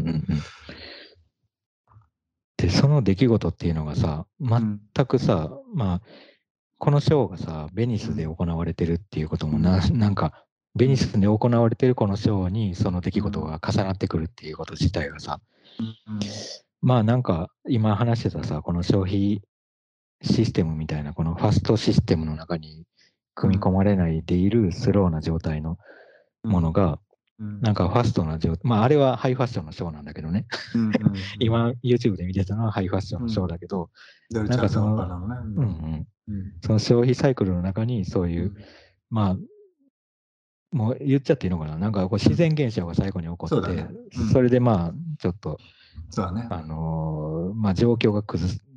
で、その出来事っていうのがさ、全くさ、うん、まあ、このショーがさ、ベニスで行われてるっていうこともな、うん、なんか、ベニスで行われてるこのショーにその出来事が重なってくるっていうこと自体がさ、うん、まあなんか今話してたさ、この消費システムみたいなこのファストシステムの中に組み込まれないでいるスローな状態のものが、なんかファストな状態、まああれはハイファッションのショーなんだけどね、うんうんうん、今 YouTube で見てたのはハイファッションのショーだけど、うん、なんかその、うんうんうん、その消費サイクルの中にそういう、うん、まあもう言っちゃっていいのかな、なんかこう自然現象が最後に起こって、うん そ, ねうん、それでまあちょっと、そうだね、あのー、まあ状況が崩す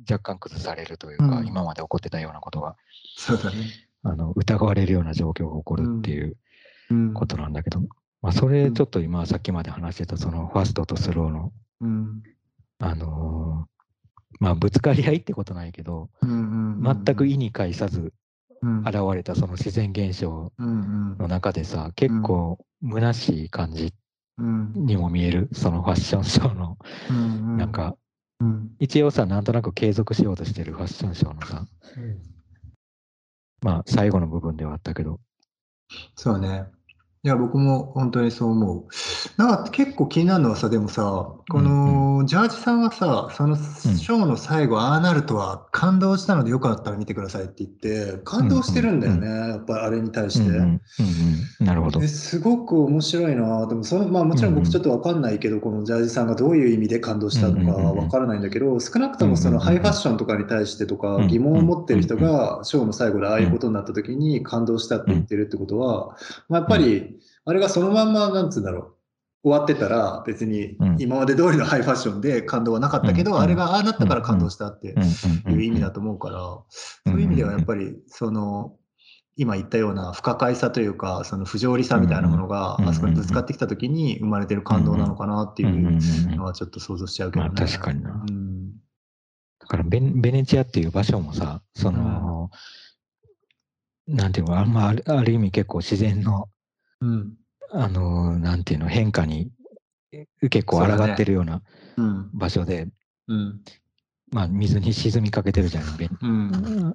若干崩されるというか、 うん今まで起こってたようなことがそうだね。 あの疑われるような状況が起こるっていううんことなんだけど、まあ、それちょっと今さっきまで話してたそのファストとスローの、 うんあのーまあぶつかり合いってことないけど、 うんうんうん全く意に介さずうん現れたその自然現象うんの中でさ、結構虚しい感じうんにも見える、そのファッションショーの、 うんなんか、 うん一応さ、なんとなく継続しようとしてるファッションショーのさ、 うんまあ最後の部分ではあったけど、 そうね。いや、僕も本当にそう思う。なんか結構気になるのはさ、でもさ、こうんのジャージさんはさ、そのうんショーの最後、ああなるとは感動したのでよかったら見てくださいって言って、感動してるんだよね、やっぱりあれに対して。 うんうんうんうん、なるほど。 え、すごく面白いな。でもその、まあもちろん僕ちょっとわかんないけど、このジャージさんがどういう意味で感動したのかわからないんだけど、少なくともそのハイファッションとかに対してとか疑問を持ってる人がショーの最後でああいうことになった時に感動したって言ってるってことは、まあ、やっぱりあれがそのまんま、なんつうんだろう。終わってたら別に今まで通りのハイファッションで感動はなかったけど、あれがああなったから感動したっていう意味だと思うから、そういう意味ではやっぱりその、今言ったような不可解さというか、その不条理さみたいなものがあそこにぶつかってきた時に生まれてる感動なのかなっていうのはちょっと想像しちゃうけどね。 まあ確かにな。 うん、 だからベベネチアっていう場所もさ、その、うん、なんていうの、あんまあるある意味結構自然の、うん、あの、なんていうの、変化に結構抗ってるような場所で、うん、まあ水に沈みかけてるじゃん、うん、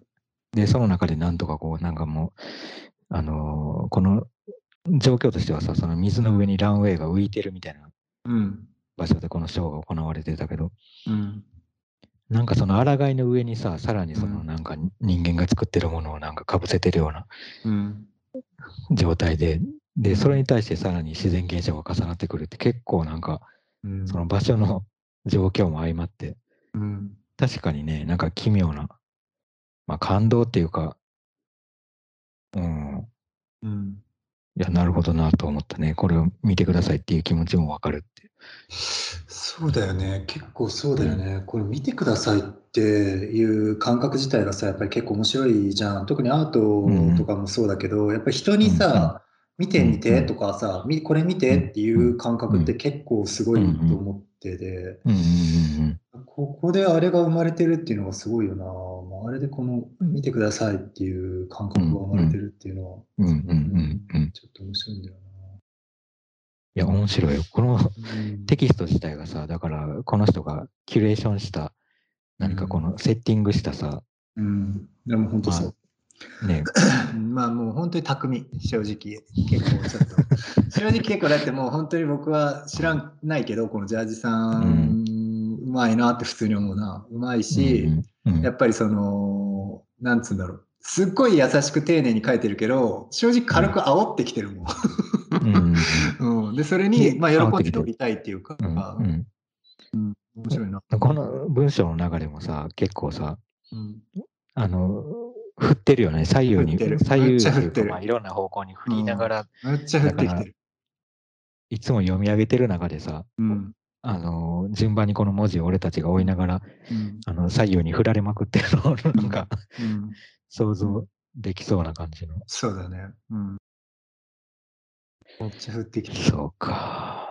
で、その中でなんとかこう、なんかもう、あのー、この状況としてはさ、その水の上にランウェイが浮いてるみたいな場所でこのショーが行われてたけど、うん、なんかその抗いの上にさ、さらにそのなんか人間が作ってるものをなんかかぶせてるような状態で、で、それに対してさらに自然現象が重なってくるって結構なんか、その場所の状況も相まって、うん、確かにね、なんか奇妙な、まあ感動っていうか、うん、うん、いや、なるほどなと思ったね。これを見てくださいっていう気持ちもわかるって。 そうだよね。結構そうだよね。うん、これ見てくださいっていう感覚自体がさ、やっぱり結構面白いじゃん。特にアートとかもそうだけど、うん、やっぱり人にさ、うん、見てみてとかさ、うん、これ見てっていう感覚って結構すごいと思ってて、ここであれが生まれてるっていうのがすごいよな。もうあれでこの見てくださいっていう感覚が生まれてるっていうのは、ちょっと面白いんだよな。 いや、面白いよ。このテキスト自体がさ、だから、この人がキュレーションした、何かこのセッティングしたさ、 うん、でも本当そう。まあ、ねまあもう本当に巧み、正直。結構ちょっと。正直結構だってもう本当に僕は知らないけど、このジャージさん、うまいなって普通に思うな。うまいし、うんうん、やっぱりその、なんつうんだろう。すっごい優しく丁寧に書いてるけど、正直軽く煽ってきてるもん。うんうん、で、それに、まあ、喜んで乗りたいっていうか、うんうんうん、面白いな。 この文章の流れもさ、結構さ、うん、あの、振ってるよね。左右に、左右っていうか、まあ、いろんな方向に振りながら、 うん、めっちゃ振ってきてる。 いつも読み上げてる中でさ、うん、あの、順番にこの文字を俺たちが追いながら、うん、あの、左右に振られまくってるのを、なんか、うん、想像できそうな感じの。 そうだね。うん。めっちゃ降ってきてる。 そうか。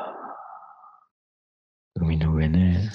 海の上ね。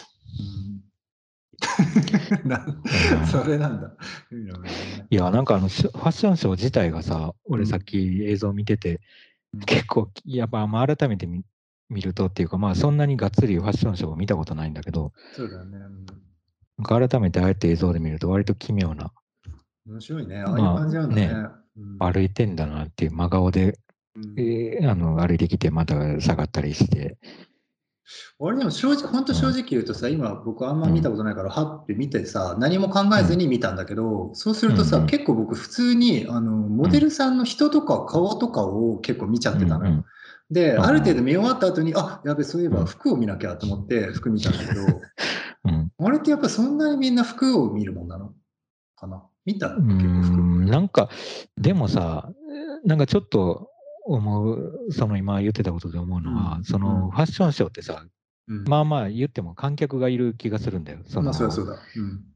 うん、なそれなんだ。海の上ね。 いや、なんかあの、ファッションショー自体がさ、俺さっき映像見てて、うん、結構、やっぱ、まあ、改めて見見るとっていうか、まあ、そんなにがっつりファッションショーを見たことないんだけど、 そうだね。 なんか改めてああやって映像で見ると、割と奇妙な。 面白いね。ああいう感じなんだね。まあ、ねうん、歩いてんだなっていう真顔で、うんえー、あの歩いてきて、また下がったりして。 俺でも正直、本当正直言うとさ、うん、今僕あんま見たことないから、はって見てさ、何も考えずに見たんだけど、うん、そうするとさ、うんうん、結構僕普通に、あの、モデルさんの人とか顔とかを結構見ちゃってたのよ。うんうんで、ある程度見終わった後に、あ、やべ、そういえば服を見なきゃと思って服見たんだけど、うん、あれってやっぱそんなにみんな服を見るもんなのかな見た結構服。 なんか、でもさ、なんかちょっと思う、その今言ってたことで思うのは、うん、そのファッションショーってさ、うん、まあまあ言っても観客がいる気がするんだよ。そのまあそうだそうだ。うん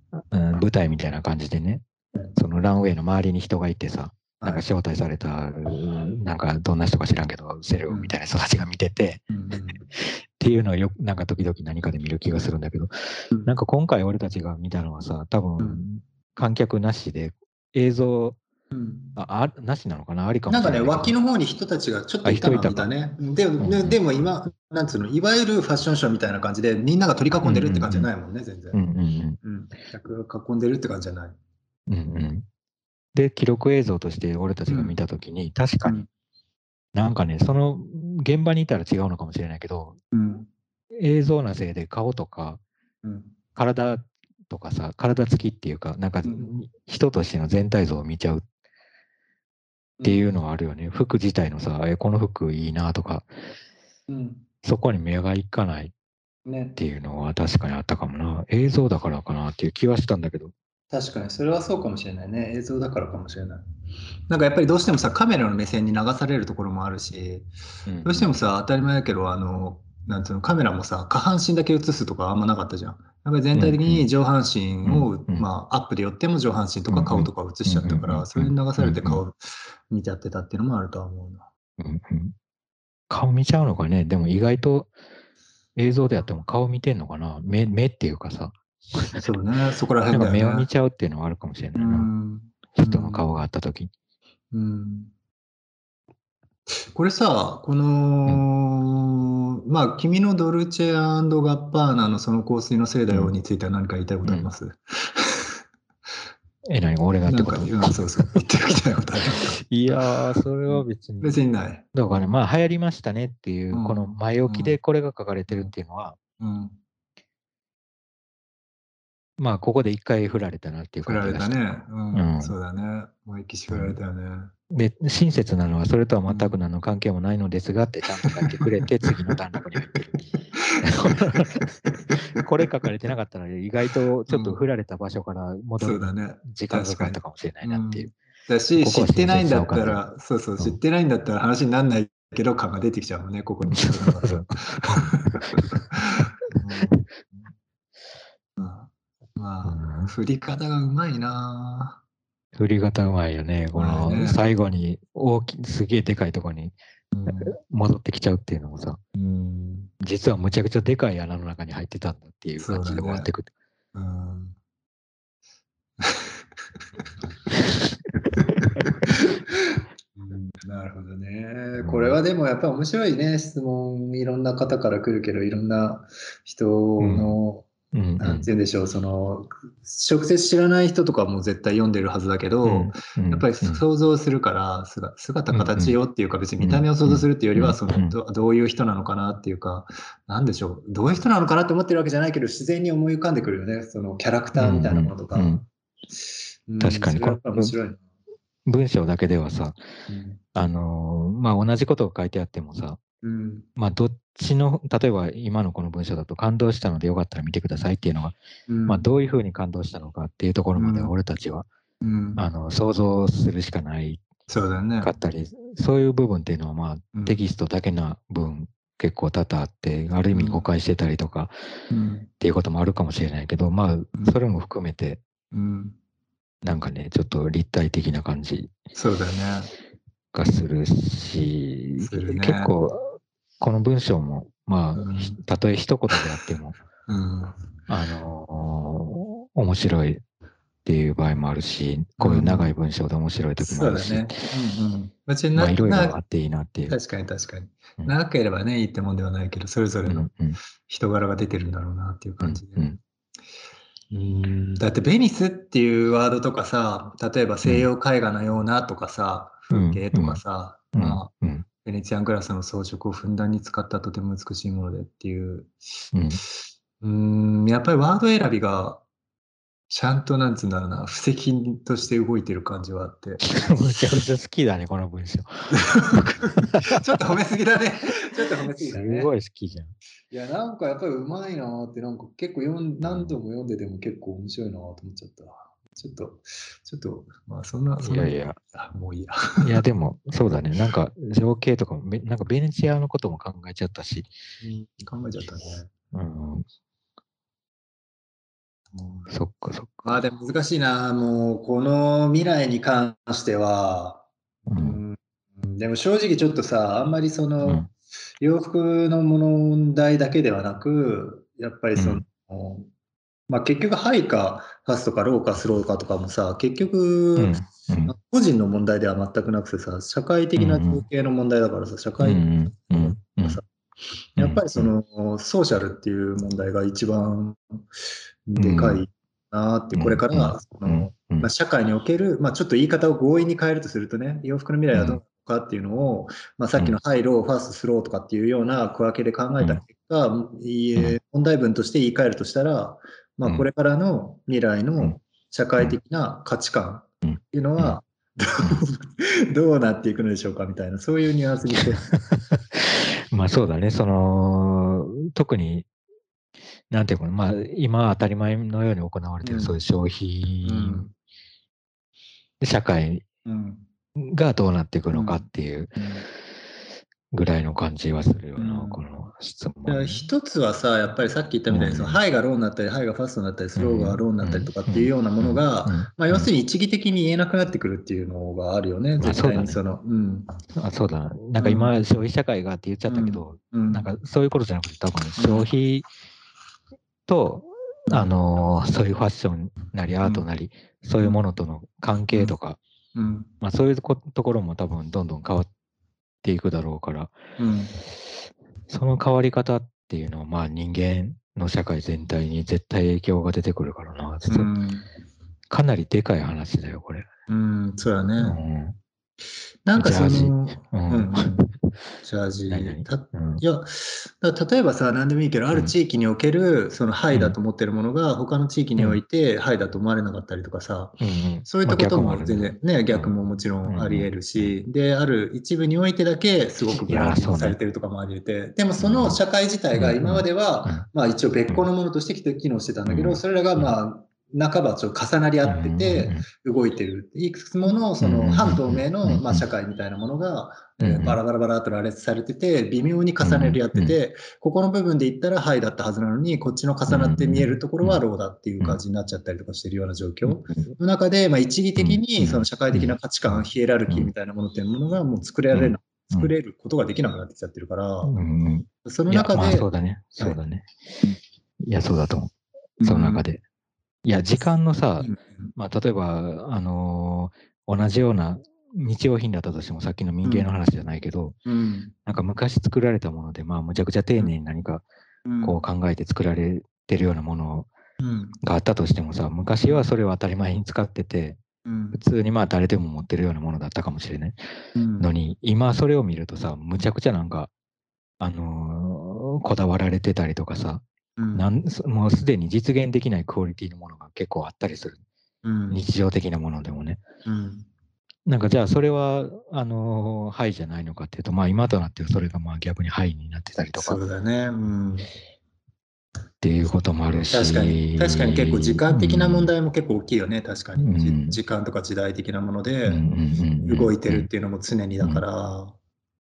うん、舞台みたいな感じでね、そのランウェイの周りに人がいてさ、なんか招待された、なんかどんな人か知らんけど、セレブみたいな人たちが見てて、うん、っていうのをよく、なんか時々何かで見る気がするんだけど、うん、なんか今回俺たちが見たのはさ、多分、観客なしで映像、うん、ああなしなのかな、ありかもしれないけど。 なんかね、脇の方に人たちがちょっといたのは見たね。で、うんうん、でも今、なんつうの、いわゆるファッションショーみたいな感じで、みんなが取り囲んでるって感じじゃないもんね、全然。うんうんうん。客が囲んでるって感じじゃない。 うんうん。で、記録映像として俺たちが見たときに、うん、確かに、なんかね、その現場にいたら違うのかもしれないけど、うん、映像なせいで顔とか、うん、体とかさ、体つきっていうか、なんか人としての全体像を見ちゃうっていうのはあるよね。うん、服自体のさ、え、この服いいなとか、うん、そこに目がいかないっていうのは確かにあったかもな。映像だからかなっていう気はしたんだけど。 確かに、それはそうかもしれないね。映像だからかもしれない。なんかやっぱりどうしてもさ、カメラの目線に流されるところもあるし、うんうん、どうしてもさ、当たり前だけど、あの、なんつうの、カメラもさ、下半身だけ映すとかあんまなかったじゃん。やっぱり全体的に上半身を、うんうん、まあ、アップで寄っても上半身とか顔とか映しちゃったから、それに流されて顔見ちゃってたっていうのもあるとは思うな。 うんうん、顔見ちゃうのかね。でも意外と映像であっても顔見てんのかな。目、目っていうかさ。 そうね、そこら辺だよね。 なんか目を見ちゃうっていうのはあるかもしれないな。うん、人の顔があったとき。うん、 これさ、この、うん、まあ、君のドルチェ&ガッパーナのその香水のせいだよについては何か言いたいことあります？うん、 え、何俺がってこと？ なんか、うん、そうそう。言っておきたいことありますか？ いやー、それは別に。 別にない。 だからね、まあ流行りましたねっていう、うん、この前置きでこれが書かれてるっていうのは、うんうん、まあここで一回振られたなっていう感じがした。 振られたね。うん。うん、そうだね。もう一気振られたよね。 で、親切なのはそれとは全く何の関係もないのですがってちゃんと書いてくれて、次の段落に入ってる。これ書かれてなかったら意外とちょっと振られた場所から戻る時間がかかったかもしれないなっていう。 だし、知ってないんだったら、そうそう、知ってないんだったら話にならないけど感が出てきちゃうもんね、ここに。まあ、振り方がうまいな。 振り方うまいよね。この最後に大きすげえでかいところに戻ってきちゃうっていうのもさ、うん、実はむちゃくちゃでかい穴の中に入ってたんだっていう感じで終わってくる。うん、 なるほどね。これはでもやっぱり面白いね。質問いろんな方から来るけど、いろんな人の、うん、なんて言うんでしょう、その直接知らない人とかも絶対読んでるはずだけど、うんうん、やっぱり想像するから姿形よっていうか、別に見た目を想像するっていうよりは、その ど, どういう人なのかなっていうか、なんでしょう、どういう人なのかなって思ってるわけじゃないけど、自然に思い浮かんでくるよね。そのキャラクターみたいなものとか。うんうんうん、確かにこれ面白いな。文章だけではさ、うん、あのー、まあ同じことが書いてあってもさ、うん、まあどっちの、例えば今のこの文章だと感動したのでよかったら見てくださいっていうのが、うん、まあどういうふうに感動したのかっていうところまでは俺たちは、うん、あの想像するしかないかったり、そうだね、そういう部分っていうのはまあテキストだけな分結構多々あって、ある意味誤解してたりとか、っていうこともあるかもしれないけど、まあそれも含めて、うんなんかね、ちょっと立体的な感じそうだねがするし、ね、結構、この文章も、まあ、うん、たとえ一言であっても、うん、あのー、面白いっていう場合もあるし、こういう長い文章で面白い時もあるし、うん、そうだね。うんうん。別にまあ、いろいろあっていいなっていう。 確かに確かに。長ければね、いいってもんではないけど、それぞれの人柄が出てるんだろうなっていう感じで。うんうんうんだってベニスっていうワードとかさ、例えば西洋絵画のようなとかさ、風景とかさ、うん、まあ、うん、ベネチアングラスの装飾をふんだんに使ったとても美しいものでっていう、うん、んやっぱりワード選びがちゃんとなんつうんだろうな、布石として動いてる感じはあって。 めちゃくちゃ好きだね、この文章。ちょっと褒めすぎだね。ちょっと褒めすぎだね。 すごい好きじゃん。 いや、なんかやっぱりうまいなって、なんか結構読ん何度も読んでても結構面白いなと思っちゃった。ちょっと、ちょっと、まあそんな、そんな、 いやいや、 もういいや。 いや、でも、そうだね。なんか情景とかも、なんかベネチアのことも考えちゃったし。 うん、考えちゃったね。 うん。 うん、そっかそっか。 まあでも難しいな、もうこの未来に関しては、 うん、 うん、でも正直ちょっとさ、あんまりその、 うん、 洋服の問題だけではなく、やっぱりその、 うん、 まあ結局ハイかファストかローかスローかとかもさ、結局、 うん、うん、 個人の問題では全くなくてさ、社会的な統計の問題だからさ、社うん、 会うん、うん、 さ、 うん、 やっぱりそのソーシャルっていう問題が一番うん、 でかいなって、これかうん、うん、 らその、まあ、 うん、 社会における、まあ、ちょっと言い方を強引に変えるとするとね、洋服の未来はどうなのかっていうのを、まあ、さっきのハイ、ロー、ファースト、スローとかっていうような区分けで考えた結果、いい問題文として言い換えるとしたら、まあ、これからの未来の社会的な価値観っていうのは、どうどうなっていくのでしょうかみたいな、そういうニュアンスにしてまあそうだね、その、特に、なんていうかな、まあ今当たり前のように行われている、そういう消費社会がどうなっていくのかっていうぐらいの感じはするよな、この質問。 一つはさ、やっぱりさっき言ったみたいに、そのハイがローになったり、ハイがファストになったり、スローがローになったりとかっていうようなものが、まあ、要するに一義的に言えなくなってくるっていうのがあるよね、絶対にその。うん、 あ、そうだ。なんか今、消費社会がって言っちゃったけど、なんかそういうことじゃなくて、多分消費と、あのーそういうファッションなりアートなり、そういうものとの関係とか、まあそういうところも多分どんどん変わっていくだろうから、その変わり方っていうのは、まあ人間の社会全体に絶対影響が出てくるからな。かなりでかい話だよ、これ。 うん、そうだね。 うんなんかその、 ジャージ。うんうんうん、ジャージ。 何々 たうんいや、だ例えばさ、何でもいいけど、ある地域における、その、ハイだと思ってるものが、他の地域において、ハイだと思われなかったりとかさ、 うんうんそういっまあたことも逆もあるね。 全然ね、逆ももちろんあり得るし、で、ある一部においてだけすごくブランディングされてるとかもあり得て、でもその社会自体が今までは、まあ一応別個のものとして機能してたんだけど、それらがまあ、半ばちょっと重なり合ってて動いてる。いくつものその半透明のまあ社会みたいなものが、えーバラバラバラと羅列されてて、微妙に重ねり合ってて、ここの部分で言ったらハイだったはずなのに、こっちの重なって見えるところはローだっていう感じになっちゃったりとかしてるような状況の中で、まあ一義的にその社会的な価値観、ヒエラルキーみたいなものっていうものがもう作られな作れることができなくなってきちゃってるから、その中で、 いや、まあそうだね。そうだね。いや、そうだと思う。その中で。いや、時間のさ、まあ、例えば、あのー、同じような日用品だったとしても、さっきの民芸の話じゃないけど、うん、なんか昔作られたもので、まあ、むちゃくちゃ丁寧に何か、こう考えて作られてるようなものがあったとしてもさ、昔はそれを当たり前に使ってて、普通にまあ誰でも持ってるようなものだったかもしれないのに、今それを見るとさ、むちゃくちゃなんか、あのー、こだわられてたりとかさ、なんもうすでに実現できないクオリティのものが結構あったりする。うん、日常的なものでもね。うん、なんかじゃあそれは、あのー、ハイじゃないのかっていうと、まあ今となってはそれがまあ逆にハイになってたりとか。 そうだね。うん。 っていうこともあるし。 確かに。確かに結構時間的な問題も結構大きいよね。確かに。うん、時間とか時代的なもので動いてるっていうのも常にだから。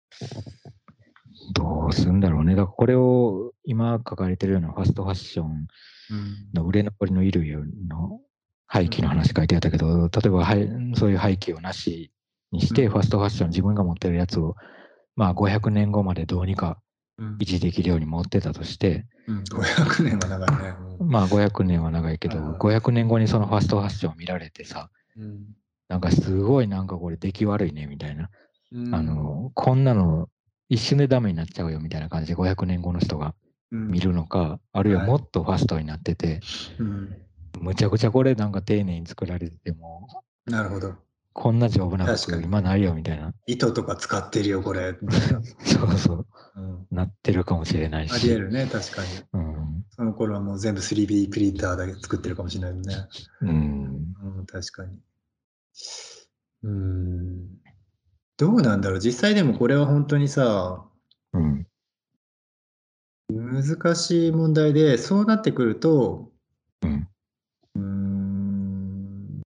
どうすんだろうね。だからこれを今書かれてるようなファストファッションの売れ残りの衣類の廃棄の話書いてあったけど、例えばそういう廃棄をなしにして、ファストファッション自分が持ってるやつを、まあごひゃくねんごまでどうにか維持できるように持ってたとして、 うんうん、ごひゃくねんは長いね。 うん、まあごひゃくねんは長いけど、ごひゃくねんごにそのファストファッションを見られてさ、うん、なんかすごいなんかこれ出来悪いねみたいな、うん、あのこんなの一瞬でダメになっちゃうよみたいな感じでごひゃくねんごの人が見るのか、うん、あるいはもっとファストになってて、はい、うん、むちゃくちゃこれなんか丁寧に作られてても、 なるほど。 こんな丈夫な服今ないよみたいな。 糸とか使ってるよこれみたいな。そうそう、うん、なってるかもしれないし。 ありえるね、確かに。うん、その頃はもう全部 スリーディー プリンターだけ作ってるかもしれないね。うん、うん、確かに。うん。どうなんだろう、実際でもこれは本当にさ、うん、難しい問題で、そうなってくると、うん、うーん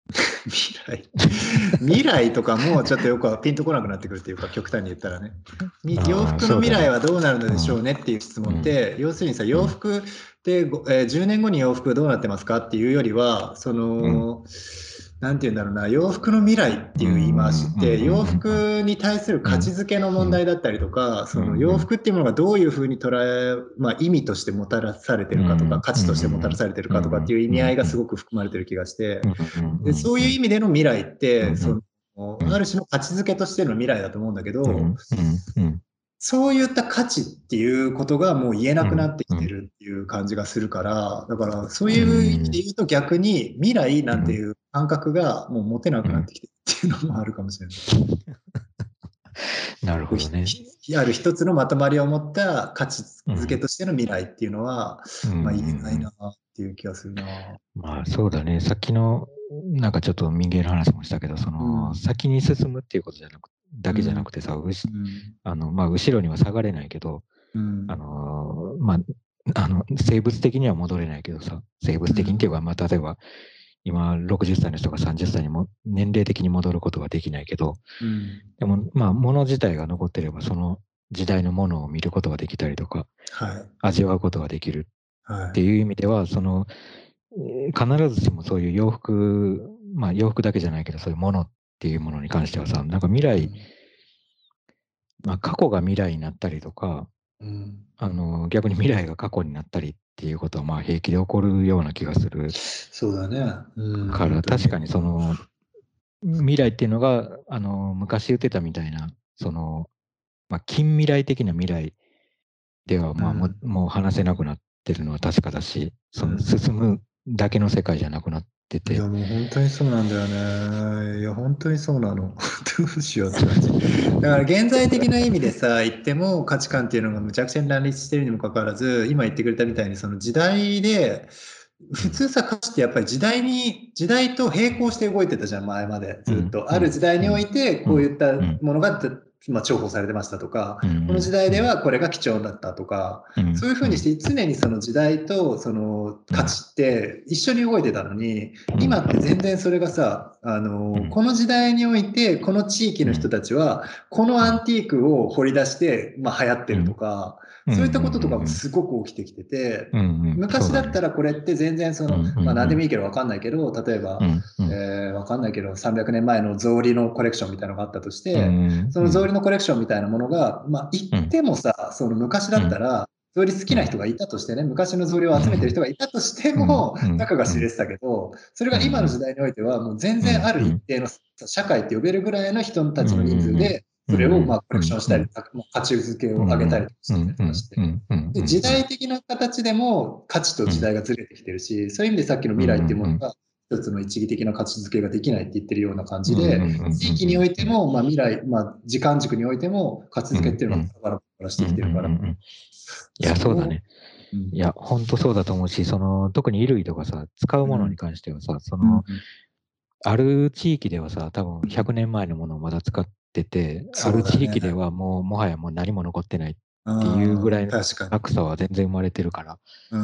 未来未来とかもちょっとよくピンとこなくなってくるっていうか、極端に言ったらね、洋服の未来はどうなるのでしょうねっていう質問って、要するにさ、洋服で、えー、じゅうねんごに洋服どうなってますかっていうよりは、その、なんて言うんだろうな、洋服の未来っていう言い回しって、洋服に対する価値づけの問題だったりとか、その洋服っていうものがどういうふうに捉え、まあ、意味としてもたらされてるかとか、価値としてもたらされてるかとかっていう意味合いがすごく含まれてる気がして、でそういう意味での未来って、そのある種の価値づけとしての未来だと思うんだけど、そういった価値っていうことがもう言えなくなってきてるっていう感じがするから、だからそういう意味で言うと逆に未来なんていう感覚がもう持てなくなってきてるっていうのもあるかもしれない。 なるほどね。 ある一つのまとまりを持った価値づけとしての未来っていうのは、まあ言えないなっていう気がするな。 まあそうだね。さっきのなんかちょっと民芸の話もしたけど、その、うん、先に進むっていうことじゃなくだけじゃなくてさ、うん、あのまあ、後ろには下がれないけど、うん、あのまあ、あの生物的には戻れないけどさ、生物的にっていうか、まあ、例えば今ろくじゅっさいの人がさんじゅっさいにも年齢的に戻ることはできないけど、うん、でもまあ物自体が残ってればその時代のものを見ることができたりとか、はい、味わうことができるっていう意味では、はい、その必ずしもそういう洋服、まあ洋服だけじゃないけどそういうものっていうものに関してはさ、なんか未来、まあ、過去が未来になったりとか、うん、あの逆に未来が過去になったりっていうことはまあ平気で起こるような気がする。 そうだね。うん、 から確かにその未来っていうのがあの昔言ってたみたいなその、まあ、近未来的な未来ではまあも,、うん、もう話せなくなってるのは確かだし、その進むだけの世界じゃなくなってて、 いやもう本当にそうなんだよね。いや本当にそうなの。どうしようって感じ。だから現在的な意味でさ言っても価値観っていうのがむちゃくちゃに乱立してるにもかかわらず、今言ってくれたみたいにその時代で普通さ、価値ってやっぱり時代に、時代と並行して動いてたじゃん、前まで。ずっと。ある時代において、こういったものが、まあ、重宝されてましたとか、この時代ではこれが貴重だったとか、そういうふうにして常にその時代とその価値って一緒に動いてたのに、今って全然それがさ、あの、この時代において、この地域の人たちは、このアンティークを掘り出して、まあ流行ってるとか、そういったこととかもすごく起きてきてて、昔だったらこれって全然その、まあ何でもいいけど分かんないけど、例えば、えー、分かんないけどさんびゃくねんまえの草履のコレクションみたいなのがあったとして、その草履のコレクションみたいなものが、まあ言ってもさ、その昔だったら、草履好きな人がいたとしてね、昔の草履を集めてる人がいたとしても、中が知れてたけど、それが今の時代においては、もう全然ある一定の社会って呼べるぐらいの人たちの人数で、それをまあコレクションしたり、価値づけを上げたりしてたりとかして、で時代的な形でも価値と時代がずれてきてるし、そういう意味でさっきの未来っていうものが一つの一義的な価値づけができないって言ってるような感じで、地域においても、まあ、未来、まあ、時間軸においても価値づけっていうのがバラバラしてきてるから。いや、そうだね。いや、本当そうだと思うし、その特に衣類とかさ、使うものに関してはさ、その、ある地域ではさ、多分ひゃくねんまえのものをまだ使ってて、ね、ある地域ではもうもはやもう何も残ってないっていうぐらいの格差は全然生まれてるから。 うん、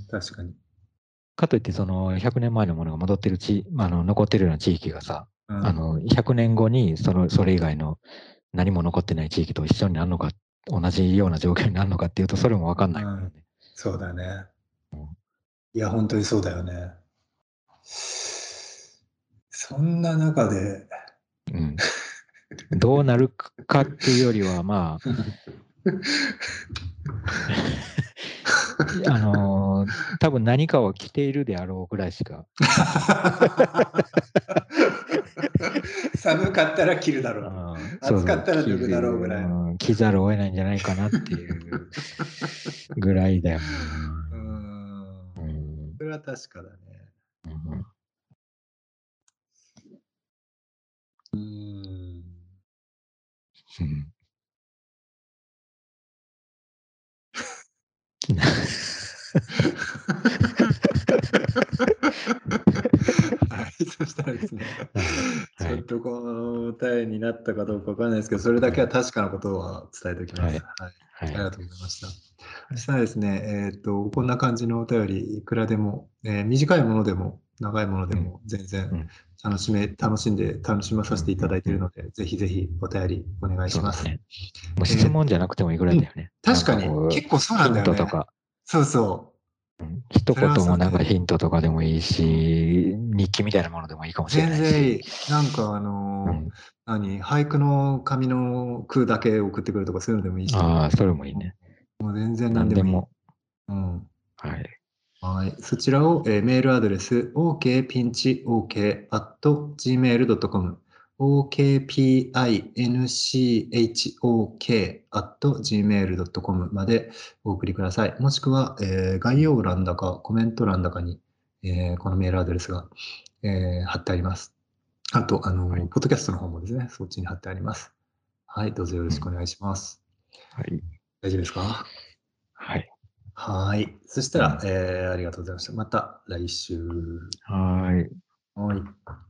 確かに。 かといってそのひゃくねんまえのものが戻ってる地、あの残ってるような地域がさ、うん、あのひゃくねんごにそのそれ以外の何も残ってない地域と一緒になるのか、同じような状況になるのかっていうとそれも分かんないからね。うん、 そうだね。うん、いや本当にそうだよね。そんな中で、 うん、どうなるかっていうよりはまああのー、多分何かを着ているであろうぐらいしか寒かったら着るだろう、暑かったら脱ぐだろうぐらい、 うん、着ざるを得ないんじゃないかなっていうぐらいだよね。 うん、うん、それは確かだね。うん、うんはい、そしたらですね、はい、ちょっとこの答えになったかどうかわかんないですけど、それだけは確かなことは伝えておきます。はい、はいはい、ありがとうございました。そしたらですね、えっと、こんな感じのお便り、いくらでも、えー、短いものでも、 長いものでも全然楽しめ、楽しんで楽しまさせていただいているので、ぜひぜひお便りお願いします。 ね、もう質問じゃなくてもいいぐらいだよね。 確かに、結構そうなんだよね。 ヒントとか。 そうそう。 一言もなんかヒントとかでもいいし、日記みたいなものでもいいかもしれないし。 全然いい。なんかあの、何、俳句の紙の句だけ送ってくるとかそういうのでもいいし。 ああ、それもいいね。 もう全然何でもいい。うん。 はい。 はい。そちらを、えー、メールアドレス、オーケーピンチオーケーアットジーメールドットコム、オーケーピーアイエヌシーエイチオーケーアットジーメールドットコム までお送りください。もしくは、えー、概要欄だかコメント欄だかに、えー、このメールアドレスが、えー、貼ってあります。あと、あの、はい、ポッドキャストの方もですね、そっちに貼ってあります。はい。どうぞよろしくお願いします。 うん、はい。 大丈夫ですか？ はい。 はい。そしたら、えー、ありがとうございました。また来週。 はい。 はい。